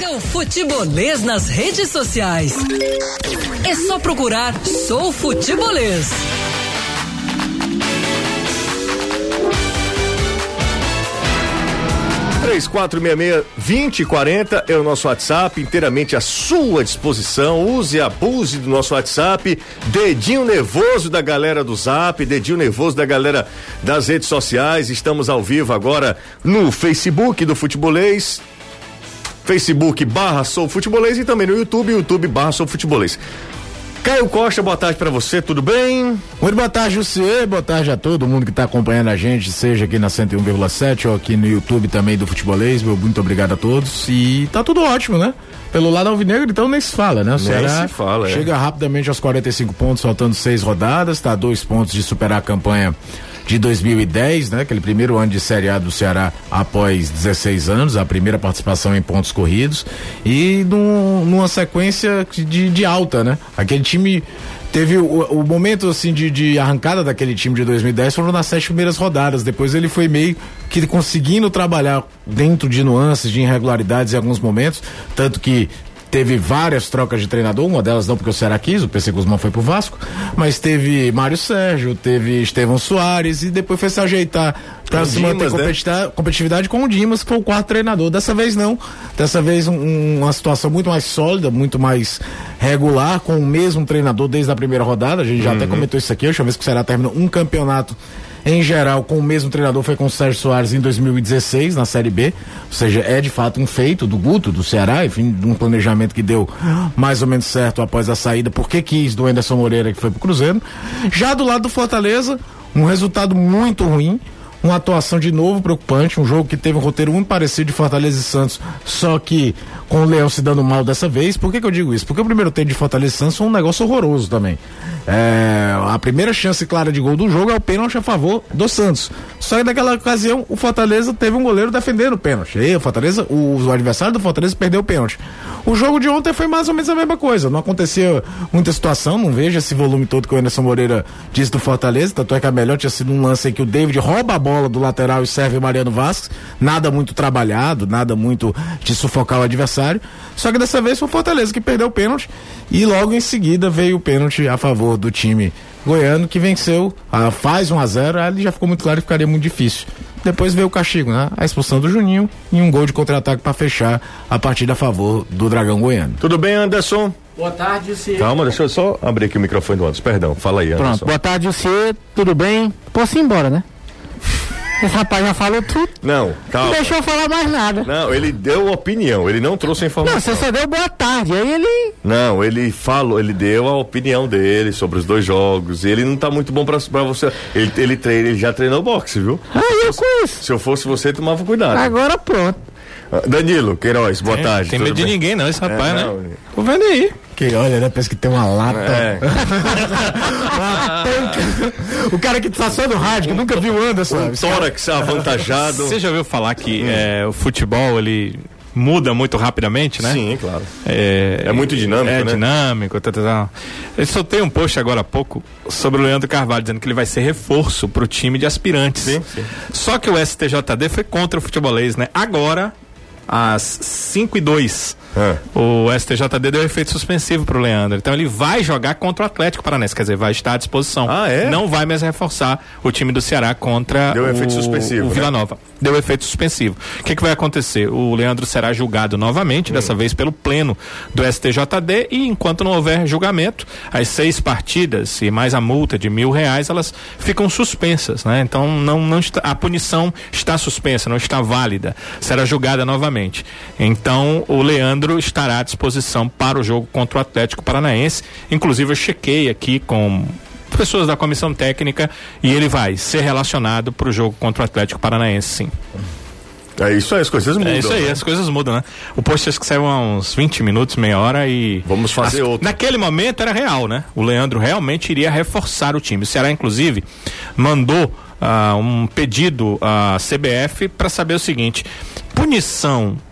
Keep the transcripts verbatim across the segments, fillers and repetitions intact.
Seu futebolês nas redes sociais. É só procurar Sou Futebolês. três quatro seis seis, dois zero quatro zero é o nosso WhatsApp, inteiramente à sua disposição. Use e abuse do nosso WhatsApp. Dedinho nervoso da galera do Zap, dedinho nervoso da galera das redes sociais. Estamos ao vivo agora no Facebook do Futebolês, Facebook barra Sou Futebolês, e também no YouTube, YouTube barra Sou Futebolês. Caio Costa, boa tarde pra você, tudo bem? Muito boa tarde, Jussier, boa tarde a todo mundo que tá acompanhando a gente, seja aqui na cento e um vírgula sete ou aqui no YouTube também do Futebolês. Meu muito obrigado a todos, e tá tudo ótimo, né? Pelo lado alvinegro, então nem se fala, né? O Ceará se fala, chega é. rapidamente aos quarenta e cinco pontos, faltando seis rodadas, tá a dois pontos de superar a campanha de dois mil e dez, né? Aquele primeiro ano de Série A do Ceará após dezesseis anos, a primeira participação em pontos corridos, e num, numa sequência de, de alta, né? Aquele time teve o, o momento assim de, de arrancada daquele time de dois mil e dez foram nas sete primeiras rodadas. Depois ele foi meio que conseguindo trabalhar dentro de nuances, de irregularidades em alguns momentos, tanto que teve várias trocas de treinador, uma delas não porque o Ceará quis, o P C Guzmão foi pro Vasco, mas teve Mário Sérgio, teve Estevão Soares, e depois foi se ajeitar para se manter competitividade, competitividade com o Dimas, que foi o quarto treinador. Dessa vez não, dessa vez um, uma situação muito mais sólida, muito mais regular, com o mesmo treinador desde a primeira rodada. A gente já uhum. até comentou isso aqui, a última vez que o Ceará terminou um campeonato em geral com o mesmo treinador foi com o Sérgio Soares em dois mil e dezesseis, na Série B, ou seja, é de fato um feito do Guto, do Ceará, enfim, de um planejamento que deu mais ou menos certo após a saída, porque quis, do Anderson Moreira, que foi pro Cruzeiro. Já do lado do Fortaleza, um resultado muito ruim, uma atuação de novo preocupante, um jogo que teve um roteiro muito parecido de Fortaleza e Santos, só que com o Leão se dando mal dessa vez. Por que que eu digo isso? Porque o primeiro tempo de Fortaleza e Santos foi um negócio horroroso também. É, a primeira chance clara de gol do jogo é o pênalti a favor do Santos. Só que naquela ocasião o Fortaleza teve um goleiro defendendo o pênalti. E o Fortaleza, o, o adversário do Fortaleza perdeu o pênalti. O jogo de ontem foi mais ou menos a mesma coisa. Não acontecia muita situação, não vejo esse volume todo que o Anderson Moreira disse do Fortaleza. Tanto é que a melhor tinha sido um lance em que o David rouba a bola do lateral e serve o Mariano Vasquez. Nada muito trabalhado, nada muito de sufocar o adversário. Só que dessa vez foi o Fortaleza que perdeu o pênalti, e logo em seguida veio o pênalti a favor do time goiano, que venceu, ah, faz um a zero. Ali já ficou muito claro que ficaria muito difícil. Depois veio o castigo, né? A expulsão do Juninho e um gol de contra-ataque para fechar a partida a favor do Dragão Goiano. Tudo bem, Anderson? Boa tarde, Ciê. Calma, deixa eu só abrir aqui o microfone do Anderson, perdão, fala aí, Anderson. Pronto, boa tarde, Ciê, tudo bem? Posso ir embora, né? Esse rapaz já falou tudo. Não, calma. Não deixou eu falar mais nada. Não, ele deu opinião, ele não trouxe a informação. Não, você só deu boa tarde, aí ele... Não, ele falou, ele deu a opinião dele sobre os dois jogos, e ele não tá muito bom pra, pra você. Ele, ele, treina, ele já treinou boxe, viu? Ah, eu conheço. Se eu fosse você, tomava cuidado. Agora pronto. Danilo Queiroz, boa tem, tarde. Tem medo bem? De ninguém não, esse rapaz, é, não, né? Tô vendo aí. Que olha, né? Parece que tem uma lata. É. O cara que tá só no rádio, que nunca viu o Anderson. Um tórax avantajado. Você já ouviu falar que hum. é, o futebol, ele muda muito rapidamente, né? Sim, claro. É, é muito dinâmico, é, né? É dinâmico, tá, tá, tá. Eu soltei um post agora há pouco sobre o Leandro Carvalho, dizendo que ele vai ser reforço pro time de aspirantes. Sim, sim. Só que o S T J D foi contra o futebolês, né? Agora, às cinco e dois, é. o S T J D deu efeito suspensivo pro Leandro. Então ele vai jogar contra o Atlético Paranaense, quer dizer, vai estar à disposição. Ah, é? Não vai mais reforçar o time do Ceará contra deu o, efeito suspensivo, o Vila né? Nova. Deu efeito suspensivo. O que que vai acontecer? O Leandro será julgado novamente, hum. dessa vez pelo pleno do S T J D, e enquanto não houver julgamento, as seis partidas e mais a multa de mil reais, elas ficam suspensas, né? Então não, não está, a punição está suspensa, não está válida, será julgada novamente. Então o Leandro estará à disposição para o jogo contra o Atlético Paranaense. Inclusive eu chequei aqui com pessoas da comissão técnica e ele vai ser relacionado para o jogo contra o Atlético Paranaense, sim. É isso aí, as coisas mudam. É isso aí, né? As coisas mudam, né? O post acho que saiu há uns vinte minutos, meia hora e... Vamos fazer as, outro. Naquele momento era real, né? O Leandro realmente iria reforçar o time. O Ceará, inclusive, mandou uh, um pedido à C B F para saber o seguinte: punição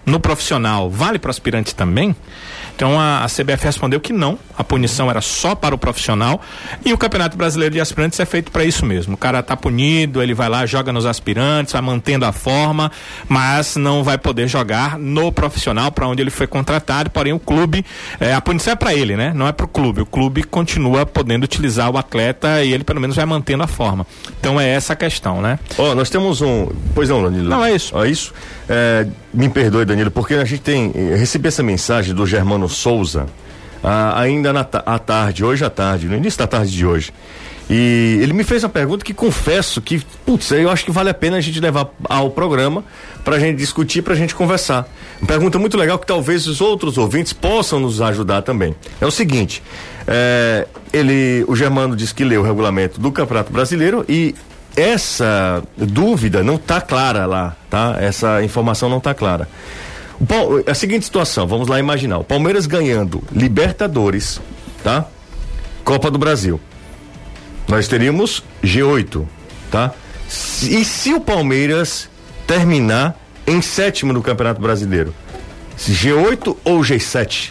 no profissional vale para o aspirante também? Então a, a C B F respondeu que não, a punição era só para o profissional e o Campeonato Brasileiro de Aspirantes é feito para isso mesmo. O cara tá punido, ele vai lá, joga nos aspirantes, vai mantendo a forma, mas não vai poder jogar no profissional para onde ele foi contratado, porém o clube, é, a punição é para ele, né? Não é para o clube, o clube continua podendo utilizar o atleta e ele pelo menos vai mantendo a forma. Então é essa a questão, né? Ó, oh, nós temos um, pois não, Danilo. Não, é isso. É isso? É, me perdoe, Danilo, porque a gente tem, eu recebi essa mensagem do Germano Souza, ah, ainda na, à tarde, hoje à tarde, no início da tarde de hoje. E ele me fez uma pergunta que confesso que, putz, eu acho que vale a pena a gente levar ao programa pra gente discutir, pra gente conversar. Uma pergunta muito legal que talvez os outros ouvintes possam nos ajudar também. É o seguinte, é, ele, o Germano disse que leu o regulamento do Campeonato Brasileiro e essa dúvida não tá clara lá, tá? Essa informação não tá clara. O, a seguinte situação, vamos lá imaginar, o Palmeiras ganhando Libertadores, tá? Copa do Brasil. Nós teríamos G oito, tá? E se o Palmeiras terminar em sétimo no Campeonato Brasileiro? G oito ou G sete?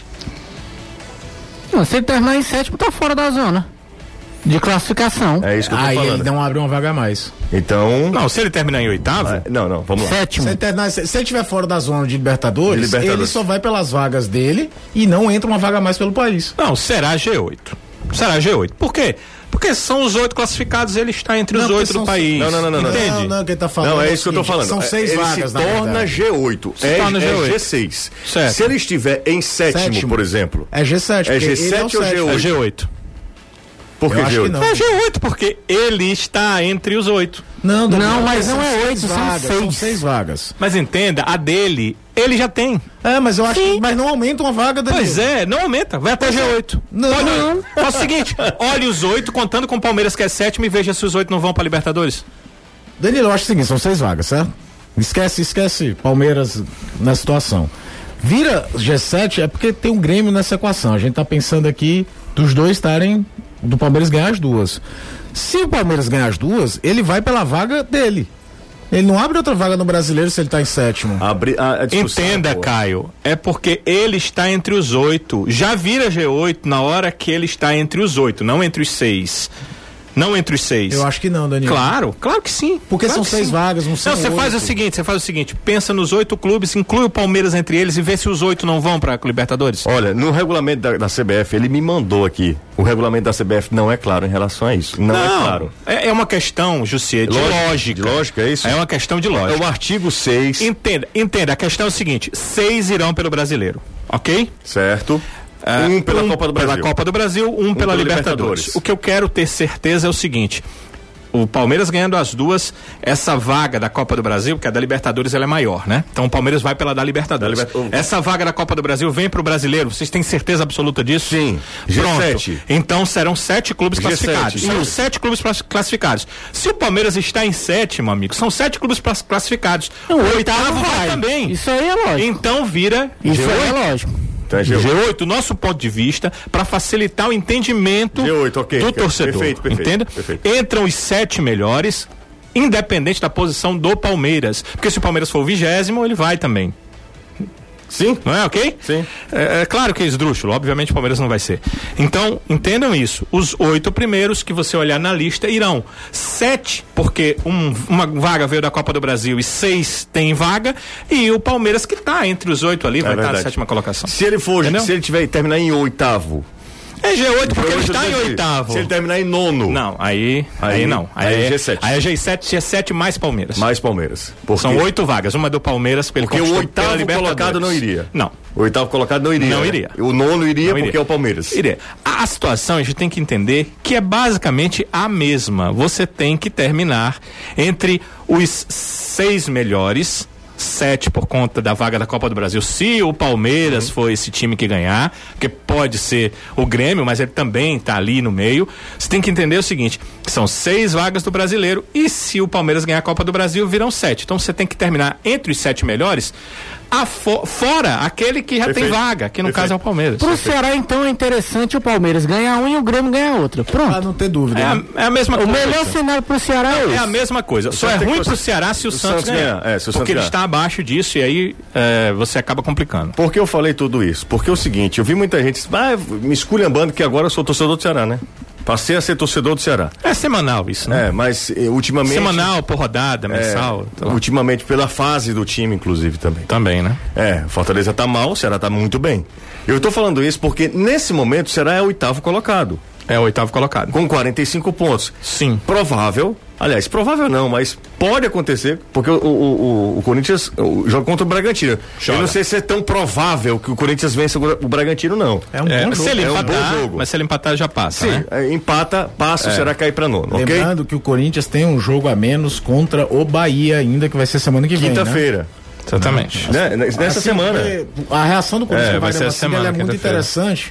Não, se ele terminar em sétimo, tá fora da zona de classificação. É isso que eu tô Aí falando. ele não abre uma vaga a mais. Então. Não, se ele terminar em oitavo. Ah, não, não, vamos lá. Sétimo. Se ele, terminar, se, se ele tiver fora da zona de Libertadores, De Libertadores, ele só vai pelas vagas dele e não entra uma vaga a mais pelo país. Não, será G oito. Será G oito. Por quê? Porque são os oito classificados, ele está entre os oito do país. Não, não, não, não. Entende? Não, não, quem tá falando. Não, é o isso que eu tô seguinte, falando. São seis ele vagas, se na torna verdade. G oito. Se É, torna G oito. é G seis. Certo. Se ele estiver em sétimo, Sétimo. por exemplo. É G sete. É porque G ele sete é o ou G sétimo. É G oito. Por que Eu acho G que oito? não. É G oito, porque ele está entre os oito. Não, Daniel, Não, mas são não é seis oito, são vagas, São seis. seis vagas. Mas entenda, a dele, ele já tem. É, mas eu acho Sim. que. Mas não aumenta uma vaga, Daniel. Pois é, não aumenta, vai até G oito. Não, Pode, não. Faz o seguinte, olhe os oito, contando com o Palmeiras que é sétimo e veja se os oito não vão para Libertadores. Danilo, eu acho o seguinte, são seis vagas, certo? Esquece, esquece Palmeiras na situação. Vira G sete é porque tem um Grêmio nessa equação. A gente tá pensando aqui dos dois estarem, do Palmeiras ganhar as duas. Se o Palmeiras ganhar as duas, ele vai pela vaga dele. Ele não abre outra vaga no Brasileiro se ele tá em sétimo. Abre a, a discussão, Entenda, pô. Caio, é porque ele está entre os oito. Já vira G oito na hora que ele está entre os oito, não entre os seis. Não entre os seis. Eu acho que não, Danilo. Claro, claro que sim. Porque claro são que seis sim. vagas, não são Não, você faz o oito. seguinte, você faz o seguinte, pensa nos oito clubes, inclui o Palmeiras entre eles e vê se os oito não vão para Libertadores. Olha, no regulamento da, da C B F, ele me mandou aqui. O regulamento da C B F não é claro em relação a isso. Não, é claro. É, é uma questão, Jussier, de Lógica, lógica. de lógica, é isso? É uma questão de É lógica. o artigo seis, Entenda, entenda, a questão é o seguinte, seis irão pelo Brasileiro, ok? certo? Ah, um pela Copa do Brasil. Pela Copa do Brasil, um, pela pela Libertadores. Libertadores. O que eu quero ter certeza é o seguinte: o Palmeiras ganhando as duas, essa vaga da Copa do Brasil, que a da Libertadores ela é maior, né? Então o Palmeiras vai pela da Libertadores. Da Liberta- Essa vaga da Copa do Brasil vem pro Brasileiro, vocês têm certeza absoluta disso? Sim. G sete. Pronto. Então serão sete clubes G sete, classificados. sim. São sete clubes classi- classificados. Se o Palmeiras está em sétimo, amigo, são sete clubes clas- classificados. Não, o oitavo vai também. Isso aí é lógico. Então vira Isso G aí oito. é lógico. Então é G oito. G oito, nosso ponto de vista, para facilitar o entendimento G oito, ok. do Ok. torcedor. Perfeito, perfeito, Entende? perfeito. Entram os sete melhores, independente da posição do Palmeiras. Porque se o Palmeiras for o vigésimo, ele vai também. Sim? Não é ok? Sim. É, é claro que é esdrúxulo, obviamente o Palmeiras não vai ser. Então, entendam isso. Os oito primeiros que você olhar na lista irão. Sete, porque um, uma vaga veio da Copa do Brasil e seis tem vaga, e o Palmeiras que está entre os oito ali vai estar na verdade. sétima colocação. Se ele for, Entendeu? se ele tiver terminar em oitavo. É G oito porque ele G oito está em eu digo, oitavo. Se ele terminar em nono. Não, aí, aí, Aí- não. aí é é G sete. Aí é G sete, G sete mais Palmeiras. Mais Palmeiras. Porque, São oito vagas, uma é do Palmeiras, porque, ele porque o conquistou oitavo pela Libertadores. colocado não iria. Não. O oitavo colocado não iria. Não né? iria. O nono iria Não porque iria. é o Palmeiras. Iria. A, a situação a gente tem que entender que é basicamente a mesma. Você tem que terminar entre os seis melhores, sete por conta da vaga da Copa do Brasil, se o Palmeiras for esse time que ganhar, porque pode ser o Grêmio, mas ele também está ali no meio. Você tem que entender o seguinte: São seis vagas do Brasileiro e se o Palmeiras ganhar a Copa do Brasil, viram sete. Então você tem que terminar entre os sete melhores, a fo- fora aquele que já Perfeito. tem vaga, que no Perfeito. caso é o Palmeiras. Pro Ceará, então, é interessante o Palmeiras ganhar um e o Grêmio ganhar outro. Pra Pronto. não ter dúvida. É né? a, é a mesma O coisa. melhor cenário pro Ceará é É esse. a mesma coisa. Só é Santos tem ruim que- pro Ceará se o, o Santos, Santos ganhar. ganhar. É, se o Santos porque ele ganhar. está abaixo disso e aí é, você acaba complicando. Por que eu falei tudo isso? Porque é o seguinte, eu vi muita gente ah, me esculhambando que agora eu sou torcedor do Ceará, né? Passei a ser torcedor do Ceará. É semanal isso, né? É, mas eh, ultimamente... Semanal, por rodada, mensal. É, ultimamente pela fase do time, inclusive, também. Também, né? É, Fortaleza tá mal, o Ceará tá muito bem. Eu tô falando isso porque nesse momento o Ceará é o oitavo colocado, É o oitavo colocado. com quarenta e cinco pontos. Sim. Provável, aliás, provável não, mas pode acontecer, porque o, o, o, o Corinthians o, joga contra o Bragantino. Joga. Eu não sei se é tão provável que o Corinthians vença o, o Bragantino, não. É um É, bom se jogo. ele é um empatar, bom jogo. mas se ele empatar já passa, Sim, né? é, empata, passa, o Ceará cai pra nono, ok? Lembrando que o Corinthians tem um jogo a menos contra o Bahia ainda, que vai ser semana que vem, né? Quinta-feira, Exatamente. né? Nessa Assim, semana. porque A reação do Corinthians É, no vai Wagner ser a Mancini, semana, ela é muito quinta-feira. interessante.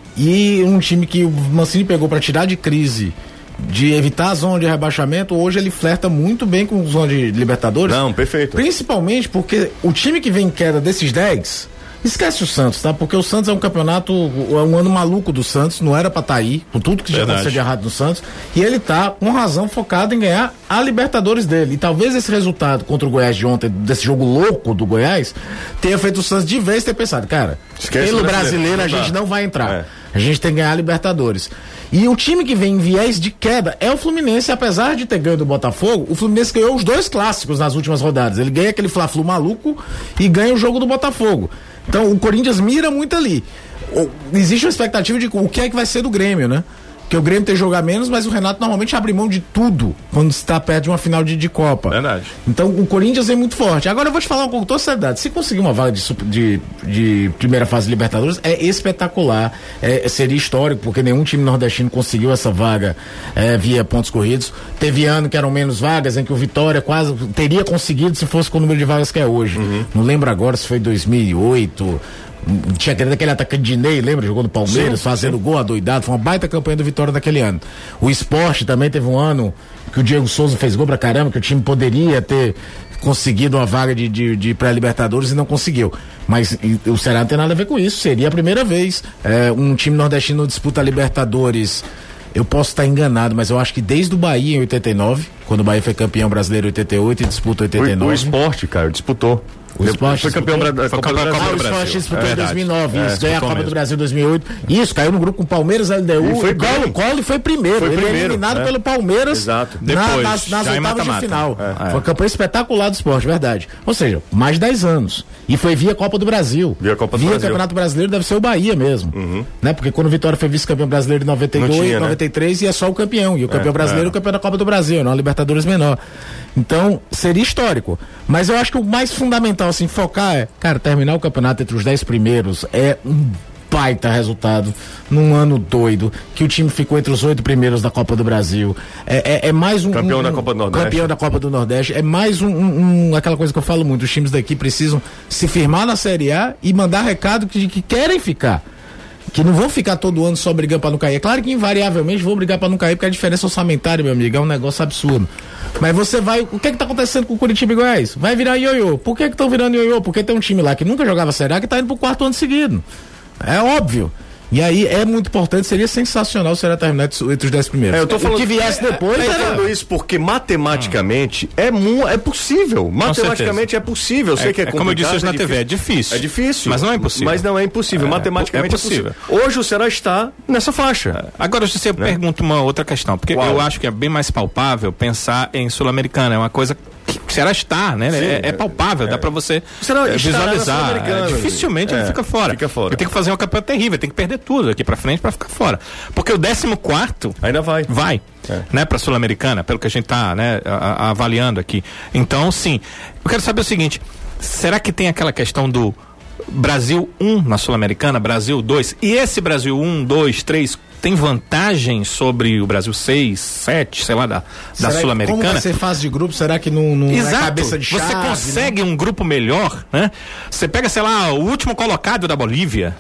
E um time que o Mancini pegou para tirar de crise, de evitar a zona de rebaixamento, hoje ele flerta muito bem com a zona de Libertadores. Não, perfeito. Principalmente porque o time que vem em queda desses dez, esquece o Santos, tá? Porque o Santos é um campeonato, é um ano maluco do Santos, não era pra estar aí, com tudo que já Verdade. aconteceu de errado no Santos, e ele tá com razão focado em ganhar a Libertadores dele. E talvez esse resultado contra o Goiás de ontem, desse jogo louco do Goiás, tenha feito o Santos de vez ter pensado, cara, Esquece pelo o brasileiro, brasileiro a não dá. gente não vai entrar. É. A gente tem que ganhar a Libertadores. E o time que vem em viés de queda é o Fluminense, apesar de ter ganho do Botafogo, o Fluminense ganhou os dois clássicos nas últimas rodadas. Ele ganha aquele Fla-Flu maluco e ganha o jogo do Botafogo. Então o Corinthians mira muito ali. O- existe uma expectativa de o que é que vai ser do Grêmio, né? Porque o Grêmio tem que jogar menos, mas o Renato normalmente abre mão de tudo quando está perto de uma final de, de Copa. Verdade. Então o Corinthians é muito forte. Agora eu vou te falar com toda seriedade. Se conseguir uma vaga de, sup- de, de primeira fase de Libertadores, é espetacular. É, seria histórico, porque nenhum time nordestino conseguiu essa vaga é, via pontos corridos. Teve ano que eram menos vagas, em que o Vitória quase teria conseguido se fosse com o número de vagas que é hoje. Não lembro agora se foi dois mil e oito. Tinha querido aquele atacante de Ney, lembra? Jogou no Palmeiras, Sim, fazendo sim. gol adoidado. Foi uma baita campanha do Vitória naquele ano. O Sport também teve um ano que o Diego Souza fez gol pra caramba, que o time poderia ter conseguido uma vaga de, de, de pré-Libertadores e não conseguiu. Mas e, o Ceará não tem nada a ver com isso. Seria a primeira vez. É, um time nordestino disputa a Libertadores. Eu posso estar enganado, mas eu acho que desde o Bahia em oitenta e nove, quando o Bahia foi campeão brasileiro em oitenta e oito e disputa oitenta e O, nove. o esporte, cara, disputou. O Sport foi campeão disputou? bra- da Foi Copa do campeão da Brasil. Ah, o Brasil. Sport disputou É em verdade. dois mil e nove, É, isso, ganhou a disputou Copa do mesmo. Brasil em dois mil e oito. Isso, caiu no grupo com Palmeiras, L D U, E foi e Colo, bem. Colo e foi primeiro. Foi Ele é primeiro, eliminado é. pelo Palmeiras Exato. na- Depois, nas, nas já em oitavas de mata-mata. final. É. Foi uma campanha espetacular do Sport, verdade. Ou seja, mais de dez anos. E foi via Copa do Brasil. Via Copa do via Brasil. Campeonato Brasileiro deve ser o Bahia mesmo. Né? Porque quando o Vitória foi vice-campeão brasileiro em noventa e dois, Não tinha, né? noventa e três, e é só o campeão. E o campeão brasileiro é. é o campeão da Copa do Brasil, não a Libertadores menor. Então, seria histórico. Mas eu acho que o mais fundamental, assim, focar é, cara, terminar o campeonato entre os dez primeiros é um baita resultado num ano doido, que o time ficou entre os oito primeiros da Copa do Brasil. É, é, é mais um. Campeão um, da Copa do Nordeste. Campeão da Copa do Nordeste. É mais um, um- um- aquela coisa que eu falo muito, os times daqui precisam se firmar na Série A e mandar recado que, que querem ficar. Que não vão ficar todo ano só brigando pra não cair. É claro que invariavelmente vão brigar pra não cair, porque a diferença orçamentária, meu amigo, é um negócio absurdo. Mas você vai. O que é que tá acontecendo com o Curitiba e Goiás? Vai virar ioiô. Por que que estão virando ioiô? Porque tem um time lá que nunca jogava Série A que tá indo pro quarto ano seguido. É óbvio. E aí é muito importante, seria sensacional se ela terminar entre os dez primeiros. É, eu tô falando, o que viesse depois eu tô era... falando isso porque matematicamente é, mu, é possível. Matematicamente é possível. Eu sei É- que é, é como eu disse complicado, hoje na T V, é difícil. É difícil. Mas não é impossível. Mas não é impossível. É, Matematicamente é é possível. possível. Hoje o Ceará está nessa faixa. Agora, você Né? pergunta uma outra questão, porque Qual? eu acho que é bem mais palpável pensar em Sul-Americana, é uma coisa que o Ceará está, né? Sim, é, é é. palpável, dá pra você O Ceará é, estará na visualizar. Sul-Americana, É, dificilmente é, ele fica fora. fica fora. Ele tem que fazer uma campanha terrível, tem que perder tudo aqui pra frente pra ficar fora. Porque o décimo quarto Ainda vai. vai, É. né, pra Sul-Americana, pelo que a gente tá, né, a- a- avaliando aqui. Então, sim, eu quero saber o seguinte, será que tem aquela questão do Brasil um na Sul-Americana, Brasil dois, e esse Brasil um, dois, três tem vantagem sobre o Brasil seis, sete, sei lá, da, da Será que- Sul-Americana? Como vai ser fase de grupo? Será que não, não é Exato. cabeça de chave? Você né? consegue um grupo melhor, né? Você pega, sei lá, o último colocado da Bolívia, né?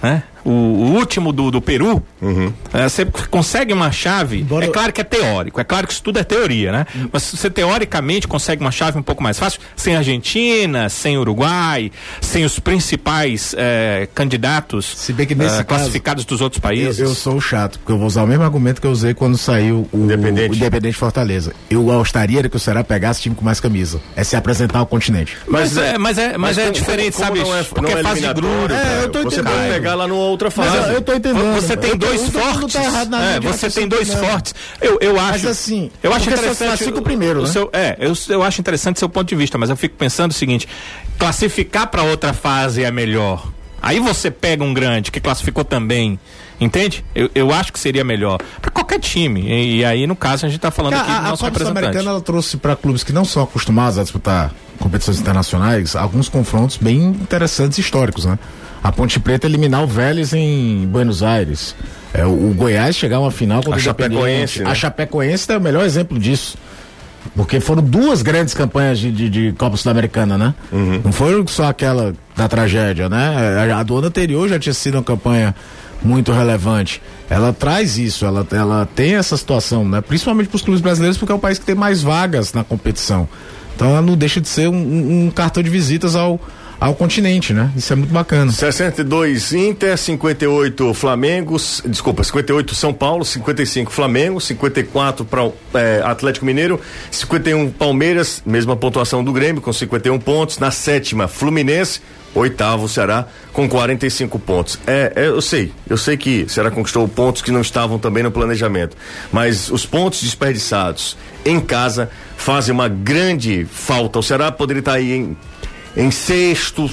o, o último do, do Peru, Uhum. é, você consegue uma chave, Bora- é claro que é teórico, é claro que isso tudo é teoria, né? Uhum. Mas você teoricamente consegue uma chave um pouco mais fácil, sem Argentina, sem Uruguai, sem os principais é, candidatos Se bem que nesse é, caso, classificados dos outros países. Eu, eu sou o chato, porque eu vou usar o mesmo argumento que eu usei quando saiu o Independente. o Independente Fortaleza. Eu gostaria que o Ceará pegasse time com mais camisa. É se apresentar ao continente. Mas, é, mas é, mas mas é como- diferente, como sabe? não é- Porque não é é fase de eliminatório, grupo. É, eu tô Você entendendo. pode pegar lá numa outra fase. Mas eu, eu tô entendendo. Você tem Eu tô- dois eu tô- fortes. não tá errado na é, linha de você tem dois raciocínio, não. fortes. Eu, eu acho. Mas assim, eu acho porque só interessante. classifica o primeiro, o né? seu, é, eu, eu acho interessante seu ponto de vista, mas eu fico pensando o seguinte: classificar para outra fase é melhor. Aí você pega um grande que classificou também. Entende? Eu, eu acho que seria melhor para qualquer time. E, e aí, no caso, a gente tá falando A, aqui do a, a nosso Copa representante. Sul-Americana ela trouxe para clubes que não são acostumados a disputar competições internacionais alguns confrontos bem interessantes e históricos, né? A Ponte Preta eliminar o Vélez em Buenos Aires. É, o, o Goiás chegar a uma final contra A o Chapecoense, Independiente. né? A Chapecoense é o melhor exemplo disso. Porque foram duas grandes campanhas de, de, de Copa Sul-Americana, né? Uhum. Não foi só aquela da tragédia, né? A, a do ano anterior já tinha sido uma campanha muito relevante. Ela traz isso, ela, ela tem essa situação, né? Principalmente para os clubes brasileiros, porque é o país que tem mais vagas na competição. Então ela não deixa de ser um, um, um cartão de visitas ao, ao continente, né? Isso é muito bacana. sessenta e dois Inter, cinquenta e oito Flamengo, desculpa, cinquenta e oito São Paulo, cinquenta e cinco Flamengo, cinquenta e quatro para é, Atlético Mineiro, cinquenta e um Palmeiras, mesma pontuação do Grêmio com cinquenta e um pontos, na sétima Fluminense, oitavo Ceará com quarenta e cinco pontos. É, é, eu sei, eu sei que o Ceará conquistou pontos que não estavam também no planejamento, mas os pontos desperdiçados em casa fazem uma grande falta. O Ceará poderia estar aí em em sexto,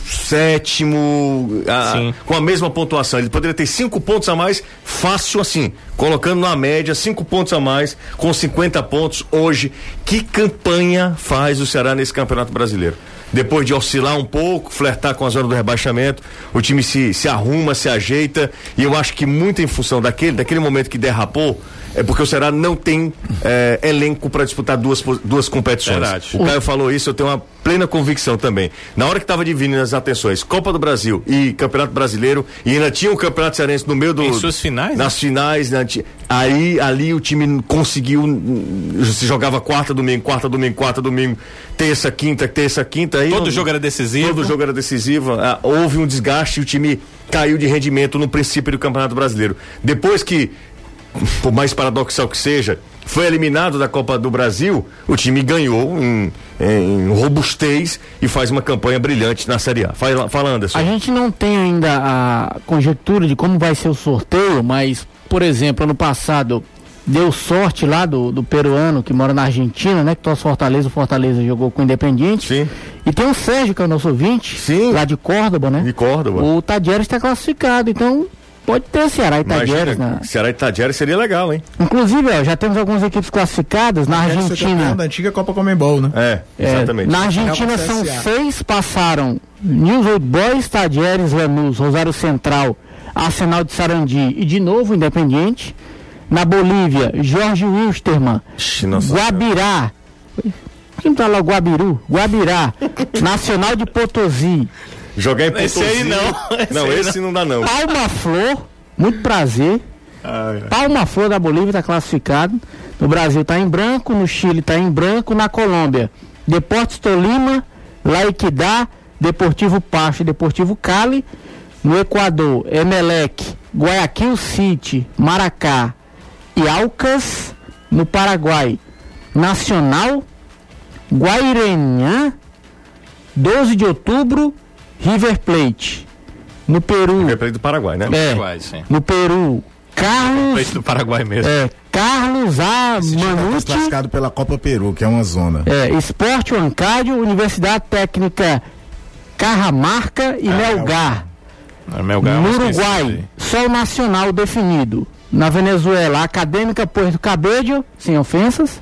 sétimo, a, com a mesma pontuação. Ele poderia ter cinco pontos a mais, fácil assim, colocando na média cinco pontos a mais, com cinquenta pontos hoje. Que campanha faz o Ceará nesse Campeonato Brasileiro? Depois de oscilar um pouco, flertar com a zona do rebaixamento, o time se, se arruma, se ajeita, e eu acho que muito em função daquele, daquele momento que derrapou, é porque o Ceará não tem é, elenco para disputar duas, duas competições. Verdade. O Caio falou isso, eu tenho uma plena convicção também. Na hora que estava dividindo as atenções, Copa do Brasil e Campeonato Brasileiro, e ainda tinha o Campeonato Cearense no meio do... Em suas finais? Nas finais, né, aí ali o time conseguiu, se jogava quarta, domingo, quarta, domingo, quarta, domingo, terça, quinta, terça, quinta. Aí Todo não, jogo era decisivo. Todo jogo era decisivo. Ah, houve um desgaste e o time caiu de rendimento no princípio do Campeonato Brasileiro. Depois que, por mais paradoxal que seja, foi eliminado da Copa do Brasil, o time ganhou em, em robustez e faz uma campanha brilhante na Série A. Fala, fala Anderson. A gente não tem ainda a conjectura de como vai ser o sorteio, mas, por exemplo, ano passado deu sorte lá do, do peruano que mora na Argentina, né? Que torce Fortaleza, o Fortaleza jogou com o Independiente. Sim. E tem o Sérgio, que é o nosso ouvinte, Sim. lá de Córdoba, né? De Córdoba. O Tadieres está classificado, então pode ter Ceará e Tadieres. Imagina, Né? Ceará e Tadieres seria legal, hein? Inclusive, ó, já temos algumas equipes classificadas na Deve ser campeão Argentina. da antiga Copa Comembol, né? É, É, exatamente. na Argentina É uma são C S A. seis, passaram News Old Boys, Tadieres, Lanús, Rosário Central, Arsenal de Sarandi e de novo Independiente. Na Bolívia, Jorge Wilstermann, Ixi, nossa Guabirá, quem tá lá, Guabiru? Guabirá, Nacional de Potosí, Jogar em Esse Potosí. aí não, esse Não, aí esse não dá não. Palma Flor, muito prazer. Palma Flor da Bolívia está classificado. No Brasil está em branco, no Chile está em branco, na Colômbia, Deportes Tolima, La Equidad, Deportivo Pasto e Deportivo Cali. No Equador, Emelec, Guayaquil City, Maracá e Alcas. No Paraguai, Nacional, Guairenhã, doze de outubro, River Plate. No Peru, River Plate do Paraguai, né? é, Paraguai, sim. no Peru, Carlos, Plate do Paraguai mesmo. é, Carlos A. Esse time tá Manucci, classificado pela Copa Peru, que é uma zona. é, Esporte Huancayo, Universidade Técnica Carramarca e Melgar. É, Melgar, No mas quem Uruguai, sabe? Sol Nacional definido. Na Venezuela, Acadêmica Puerto Cabello, sem ofensas.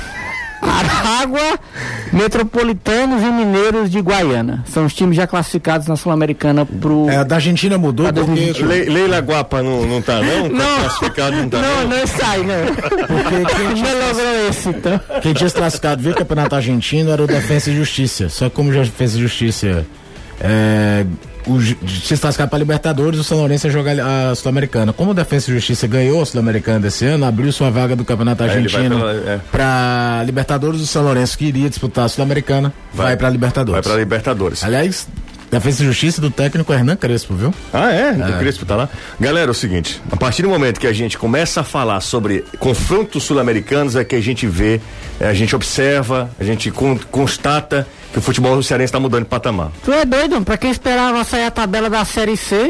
Aragua, Metropolitanos e Mineiros de Guaiana. São os times já classificados na Sul-Americana pro... É, a da Argentina mudou Pra dois mil e vinte porque e um. Le, Leila Guapa não, não tá não? Não. Classificado não tá Não, não? não sai, né? Porque quem Não tinha, logrou esse, então. quem tinha se classificado via Campeonato Argentino era o Defensa e Justiça. Só que como já Defensa e Justiça é, o Justiça classificado para Libertadores, o São Lourenço ia jogar a Sul-Americana. Como o Defensa e Justiça ganhou a Sul-Americana desse ano, abriu sua vaga do Campeonato Argentino é, para é. Libertadores. O São Lourenço, que iria disputar a Sul-Americana, vai, vai para Libertadores. Vai para Libertadores. Aliás, Defesa e Justiça do técnico Hernan Crespo, viu? Ah, é? é. O Crespo tá lá. Galera, é o seguinte, a partir do momento que a gente começa a falar sobre confrontos sul-americanos, é que a gente vê, é, a gente observa, a gente con- constata que o futebol cearense tá mudando de patamar. Tu é doido, pra quem esperava sair a tabela da Série C?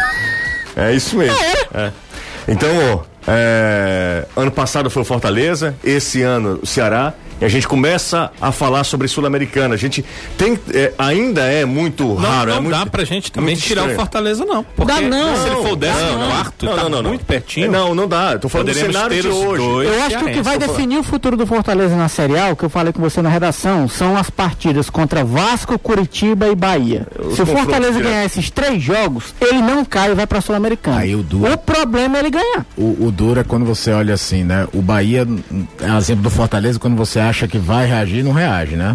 É isso mesmo. É. É. Então, ó, é, ano passado foi o Fortaleza, esse ano o Ceará, e a gente começa a falar sobre Sul-Americana. A gente tem, é, ainda é muito não, raro. Não é muito, dá pra gente também tirar estranho. O Fortaleza, não. Porque dá não. Se ele for o décimo não, quarto, não, tá não, não, muito não. pertinho. Não, não dá. Eu tô falando Poderemos do cenário ter de hoje. Eu acho que o que vai definir o futuro do Fortaleza na Série A, o que eu falei com você na redação, são as partidas contra Vasco, Curitiba e Bahia. Eu Se o Fortaleza direto. ganhar esses três jogos, ele não cai e vai pra Sul-Americana. Aí o duro. O problema é ele ganhar. O, o duro é quando você olha assim, né? O Bahia, é exemplo do Fortaleza, quando você acha que vai reagir, não reage, né?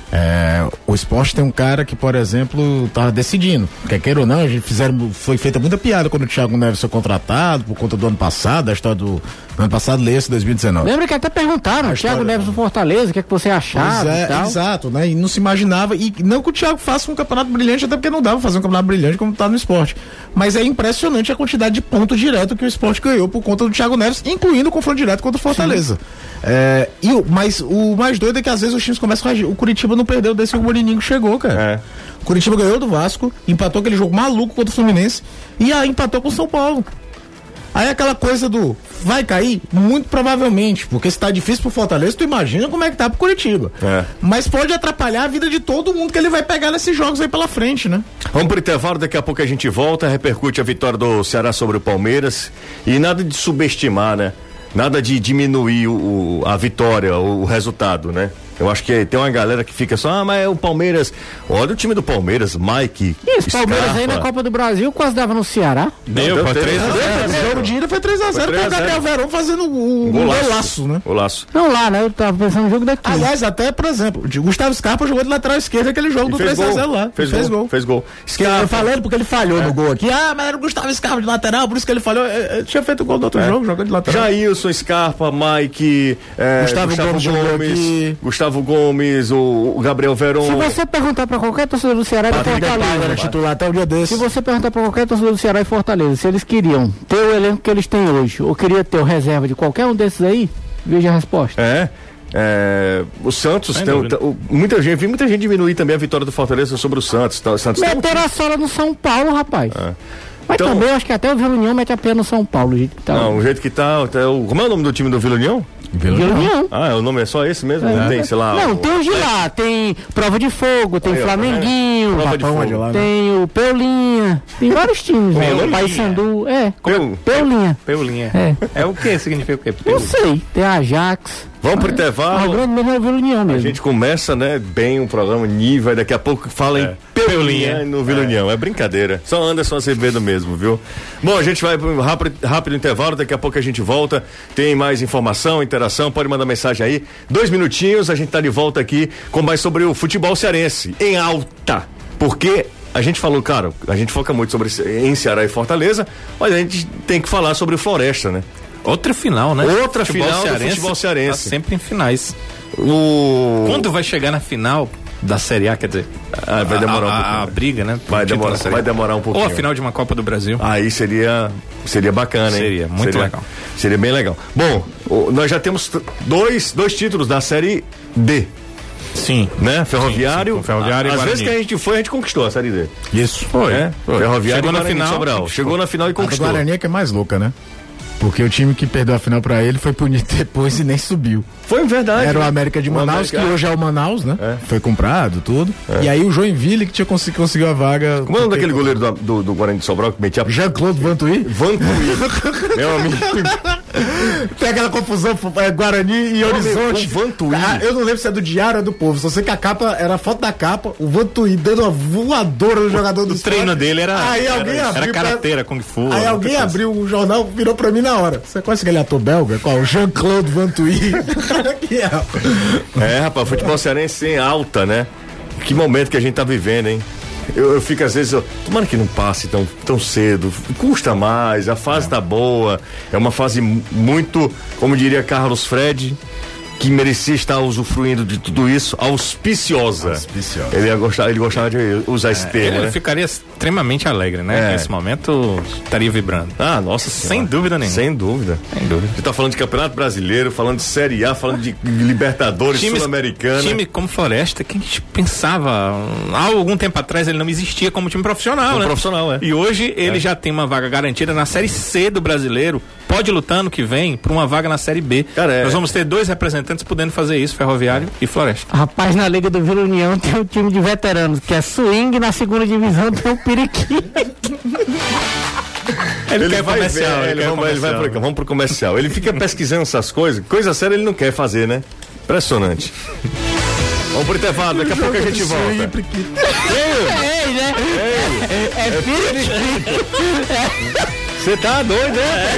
É, o Sport tem um cara que, por exemplo, tava decidindo. Quer queira ou não, a gente fizeram, foi feita muita piada quando o Thiago Neves foi contratado, por conta do ano passado, a história do, do ano passado, lê esse dois mil e dezenove. Lembra que até perguntaram, o Thiago Neves do Fortaleza, o que é que você achava é, e tal? Exato, né? E não se imaginava, e não que o Thiago faça um campeonato brilhante, até porque não dava pra fazer um campeonato brilhante como tá no Sport. Mas é impressionante a quantidade de pontos direto que o Sport ganhou por conta do Thiago Neves, incluindo o confronto direto contra o Fortaleza. É, e o, mas o mais doido é que às vezes os times começam a reagir. O Curitiba não perdeu desde que o Morininho chegou, cara. É. O Curitiba ganhou do Vasco, empatou aquele jogo maluco contra o Fluminense e aí empatou com o São Paulo. Aí aquela coisa do vai cair? Muito provavelmente, porque se tá difícil pro Fortaleza, tu imagina como é que tá pro Curitiba. É. Mas pode atrapalhar a vida de todo mundo que ele vai pegar nesses jogos aí pela frente, né? Vamos pro intervalo, daqui a pouco a gente volta, repercute a vitória do Ceará sobre o Palmeiras e nada de subestimar, né? Nada de diminuir o, a vitória, o, o resultado, né? Eu acho que tem uma galera que fica só, ah, mas é o Palmeiras. Olha o time do Palmeiras, Mike. Isso, Palmeiras aí na Copa do Brasil quase dava no Ceará. Deu, deu, três a zero. O jogo de ida foi três a zero com o Gabriel Verón fazendo o um golaço, golaço, né? Golaço. Não lá, né? Eu tava pensando no jogo daqui. Aliás, até, por exemplo, o Gustavo Scarpa jogou de lateral esquerdo aquele jogo do três a zero lá. Fez, fez gol. gol. Fez gol. Eu falando porque ele falhou é. no gol aqui. Ah, mas era o Gustavo Scarpa de lateral, por isso que ele falhou. Ele tinha feito o gol do outro é. jogo, jogando de lateral. Jailson, Scarpa, Mike, é, Gustavo, Gustavo Gomes, Gomes, Gustavo Gomes, o, o Gabriel Verón. Se você perguntar pra qualquer torcedor do Ceará e Fortaleza, era titular até o dia desse. Se você perguntar pra qualquer torcedor do Ceará e Fortaleza, se eles queriam ter o elenco que eles têm hoje, ou queria ter o reserva de qualquer um desses aí, veja a resposta. É. É, o Santos tem, o, muita gente, vi muita gente diminuir também a vitória do Fortaleza sobre o Santos. Tá, o Santos meteram um... a sola no São Paulo, rapaz. É. Mas então, também eu acho que até o Vila União mete a pena no São Paulo, o jeito que tá. Não, o jeito que tá. Até o, como é o nome do time do Vila União? Vila União. Ah, o nome é só esse mesmo? É. Não tem, sei lá. Não, o... tem os de lá, tem Prova de Fogo, tem aí, Flamenguinho, Prova de Fogo, lá, né? tem o Peulinha, tem vários times, né? O Paysandu, é. Peu, Peulinha. Peulinha. É. É o que? Significa o quê? Não sei, tem Ajax. Vamos pro intervalo. O grande mesmo é o Vila União mesmo. A gente começa, né, bem o programa nível, daqui a pouco fala é. em Peulinha no Vila é. União. É brincadeira. Só Anderson Azevedo mesmo, viu? Bom, a gente vai pro rápido, rápido intervalo, daqui a pouco a gente volta. Tem mais informação, interação, pode mandar mensagem aí. Dois minutinhos, a gente tá de volta aqui com mais sobre o futebol cearense em alta. Porque a gente falou, cara, a gente foca muito sobre em Ceará e Fortaleza, mas a gente tem que falar sobre o Floresta, né? Outra final, né? Outra futebol final cearense, do futebol cearense. Tá sempre em finais. O... Quando vai chegar na final da Série A, quer dizer, ah, vai demorar a, um pouquinho. A, a briga, né? Vai demorar, vai demorar um pouquinho. Ou a final de uma Copa do Brasil. Aí seria, seria bacana, hein? Seria, muito seria, legal. Seria bem legal. Bom, o, nós já temos dois, dois títulos da Série D. Sim. Né? Ferroviário. Sim, sim, Ferroviário a, e Às vezes que a gente foi, a gente conquistou a Série D. Isso. Foi. É? Foi. Ferroviário Chegou e na final. Sobral. Chegou na final e conquistou. A do Guarani é que é mais louca, né? Porque o time que perdeu a final pra ele foi punido depois e nem subiu. Foi verdade. Era o América de Manaus, América... que hoje é o Manaus, né? É. Foi comprado, tudo. É. E aí o Joinville que tinha consegui, conseguiu a vaga. Como é o nome daquele goleiro do, do, do Guarani de Sobral que metia... Jean-Claude Vantuí? Vantuí. Meu amigo. Tem aquela confusão, é, Guarani e Horizonte. O Vantuí. Ah, eu não lembro se é do Diário ou do Povo. Só sei que a capa era a foto da capa, o Vantuí dando uma voadora no jogador do O treino esporte. dele era. Aí alguém era, abriu. Era karateira, Kung Fu. Aí alguém abriu o jornal, virou pra mim na hora. Você conhece aquele ator belga? Qual? O Jean-Claude Vantuí. Que é, é, rapaz, futebol cearense em alta, né? Que momento que a gente tá vivendo, hein? Eu, eu fico às vezes, eu, tomara que não passe tão, tão cedo, custa mais, a fase é. tá boa, é uma fase muito, como diria Carlos Fred, que merecia estar usufruindo de tudo isso, auspiciosa. Auspiciosa. Ele, ia gostar, ele gostava de usar esse é, termo, ele né? ficaria extremamente alegre, né? É. Nesse momento estaria vibrando. Ah, nossa senhora. Sem dúvida nenhuma. Sem dúvida. Sem dúvida. Você tá falando de Campeonato Brasileiro, falando de Série A, falando de Libertadores, Sul-Americana. Time como Floresta, que a gente pensava, há algum tempo atrás ele não existia como time profissional, como né? profissional, é. E hoje ele é. já tem uma vaga garantida na Série C do Brasileiro, pode lutar ano que vem por uma vaga na Série B. Cara, é. Nós vamos ter dois representantes podendo fazer isso, Ferroviário e Floresta. Rapaz, na Liga do Vila União tem um time de veteranos, que é swing, na segunda divisão tem o Periquinho. Ele, ele quer vai comercial, ver, ele, ele, vai, ele vai pro, vamos pro comercial. Ele fica pesquisando essas coisas, coisa séria ele não quer fazer, né? Impressionante. Vamos pro intervalo, daqui a pouco a gente volta. É, né? É, é Periquinho. Você tá doido, né?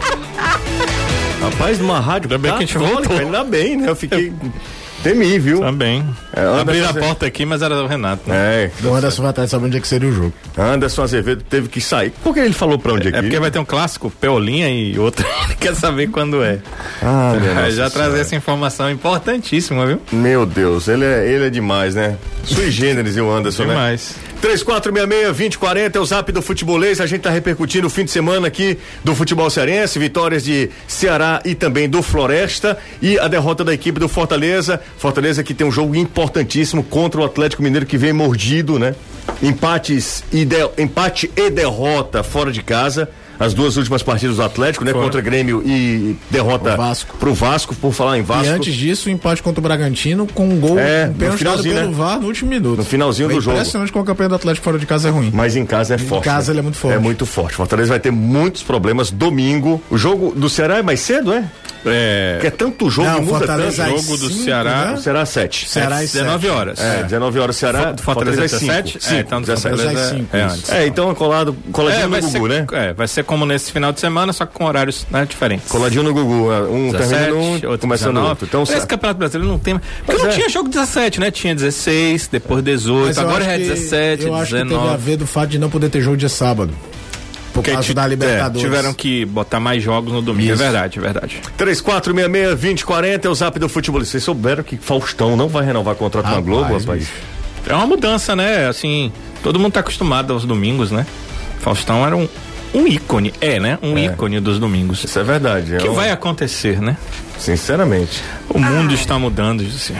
Rapaz, numa rádio. Ainda bem que a gente voltou. Ainda bem, né? Eu fiquei temível. Também. É, Abriram a porta aqui, mas era o Renato. Né? É. O Anderson vai atrás de saber onde é que seria o jogo. Anderson Azevedo teve que sair. Por que ele falou pra onde é que? É porque vai ter um clássico, Peolinha e outro. Ele quer saber quando é. Ah, meu já trazer essa informação importantíssima, viu? Meu Deus, ele é, ele é demais, né? Sui generis e o Anderson, demais. né? Demais. três quatro seis seis, dois zero quatro zero é o zap do Futebolês. A gente tá repercutindo o fim de semana aqui do futebol cearense, vitórias de Ceará e também do Floresta e a derrota da equipe do Fortaleza. Fortaleza que tem um jogo importantíssimo contra o Atlético Mineiro que vem mordido, né? Empates e de, empate e derrota fora de casa. As duas últimas partidas do Atlético, né? Fora. Contra Grêmio e derrota o Vasco. Pro Vasco, por falar em Vasco. E antes disso, o empate contra o Bragantino com um gol, é, um pênalti dado pelo né? V A R no último minuto. No finalzinho Foi do jogo. Impressionante como a campanha do Atlético fora de casa é ruim. Mas em casa é em forte. Em casa né? ele é muito forte. É muito forte. Fortaleza vai ter muitos problemas domingo. O jogo do Ceará é mais cedo, é? É. Que é tanto jogo, não, muda Fortaleza tanto. O jogo do Ceará. Né? O Ceará sete. Ceará é dezenove horas. É, dezenove horas Ceará. Do Fortaleza é dezessete? É, então do Fortaleza é cinco. É antes. É, então é colado, coladinho é, no Gugu, ser, né? É, vai ser como nesse final de semana, só que com horários né, diferentes. Coladinho no Gugu. Um dezessete, termina um, outro começando no outro. Então, esse Campeonato Brasileiro não tem. Porque não é. tinha jogo dezessete, né? Tinha dezesseis, depois dezoito, agora é dezessete, eu dezenove. Acho que teve a ver do fato de não poder ter jogo dia sábado. Por Porque causa da Libertadores. É, tiveram que botar mais jogos no domingo, Isso. é verdade, é verdade. três quatro seis seis, dois zero quatro zero é o zap do futebol. Vocês souberam que Faustão não vai renovar contrato com a Globo, rapaz? Bicho. É uma mudança, né? Assim, todo mundo tá acostumado aos domingos, né? Faustão era um, um ícone, é, né? Um é. ícone dos domingos. Isso é verdade. O que é um... vai acontecer, né? Sinceramente. O mundo ah. está mudando, assim.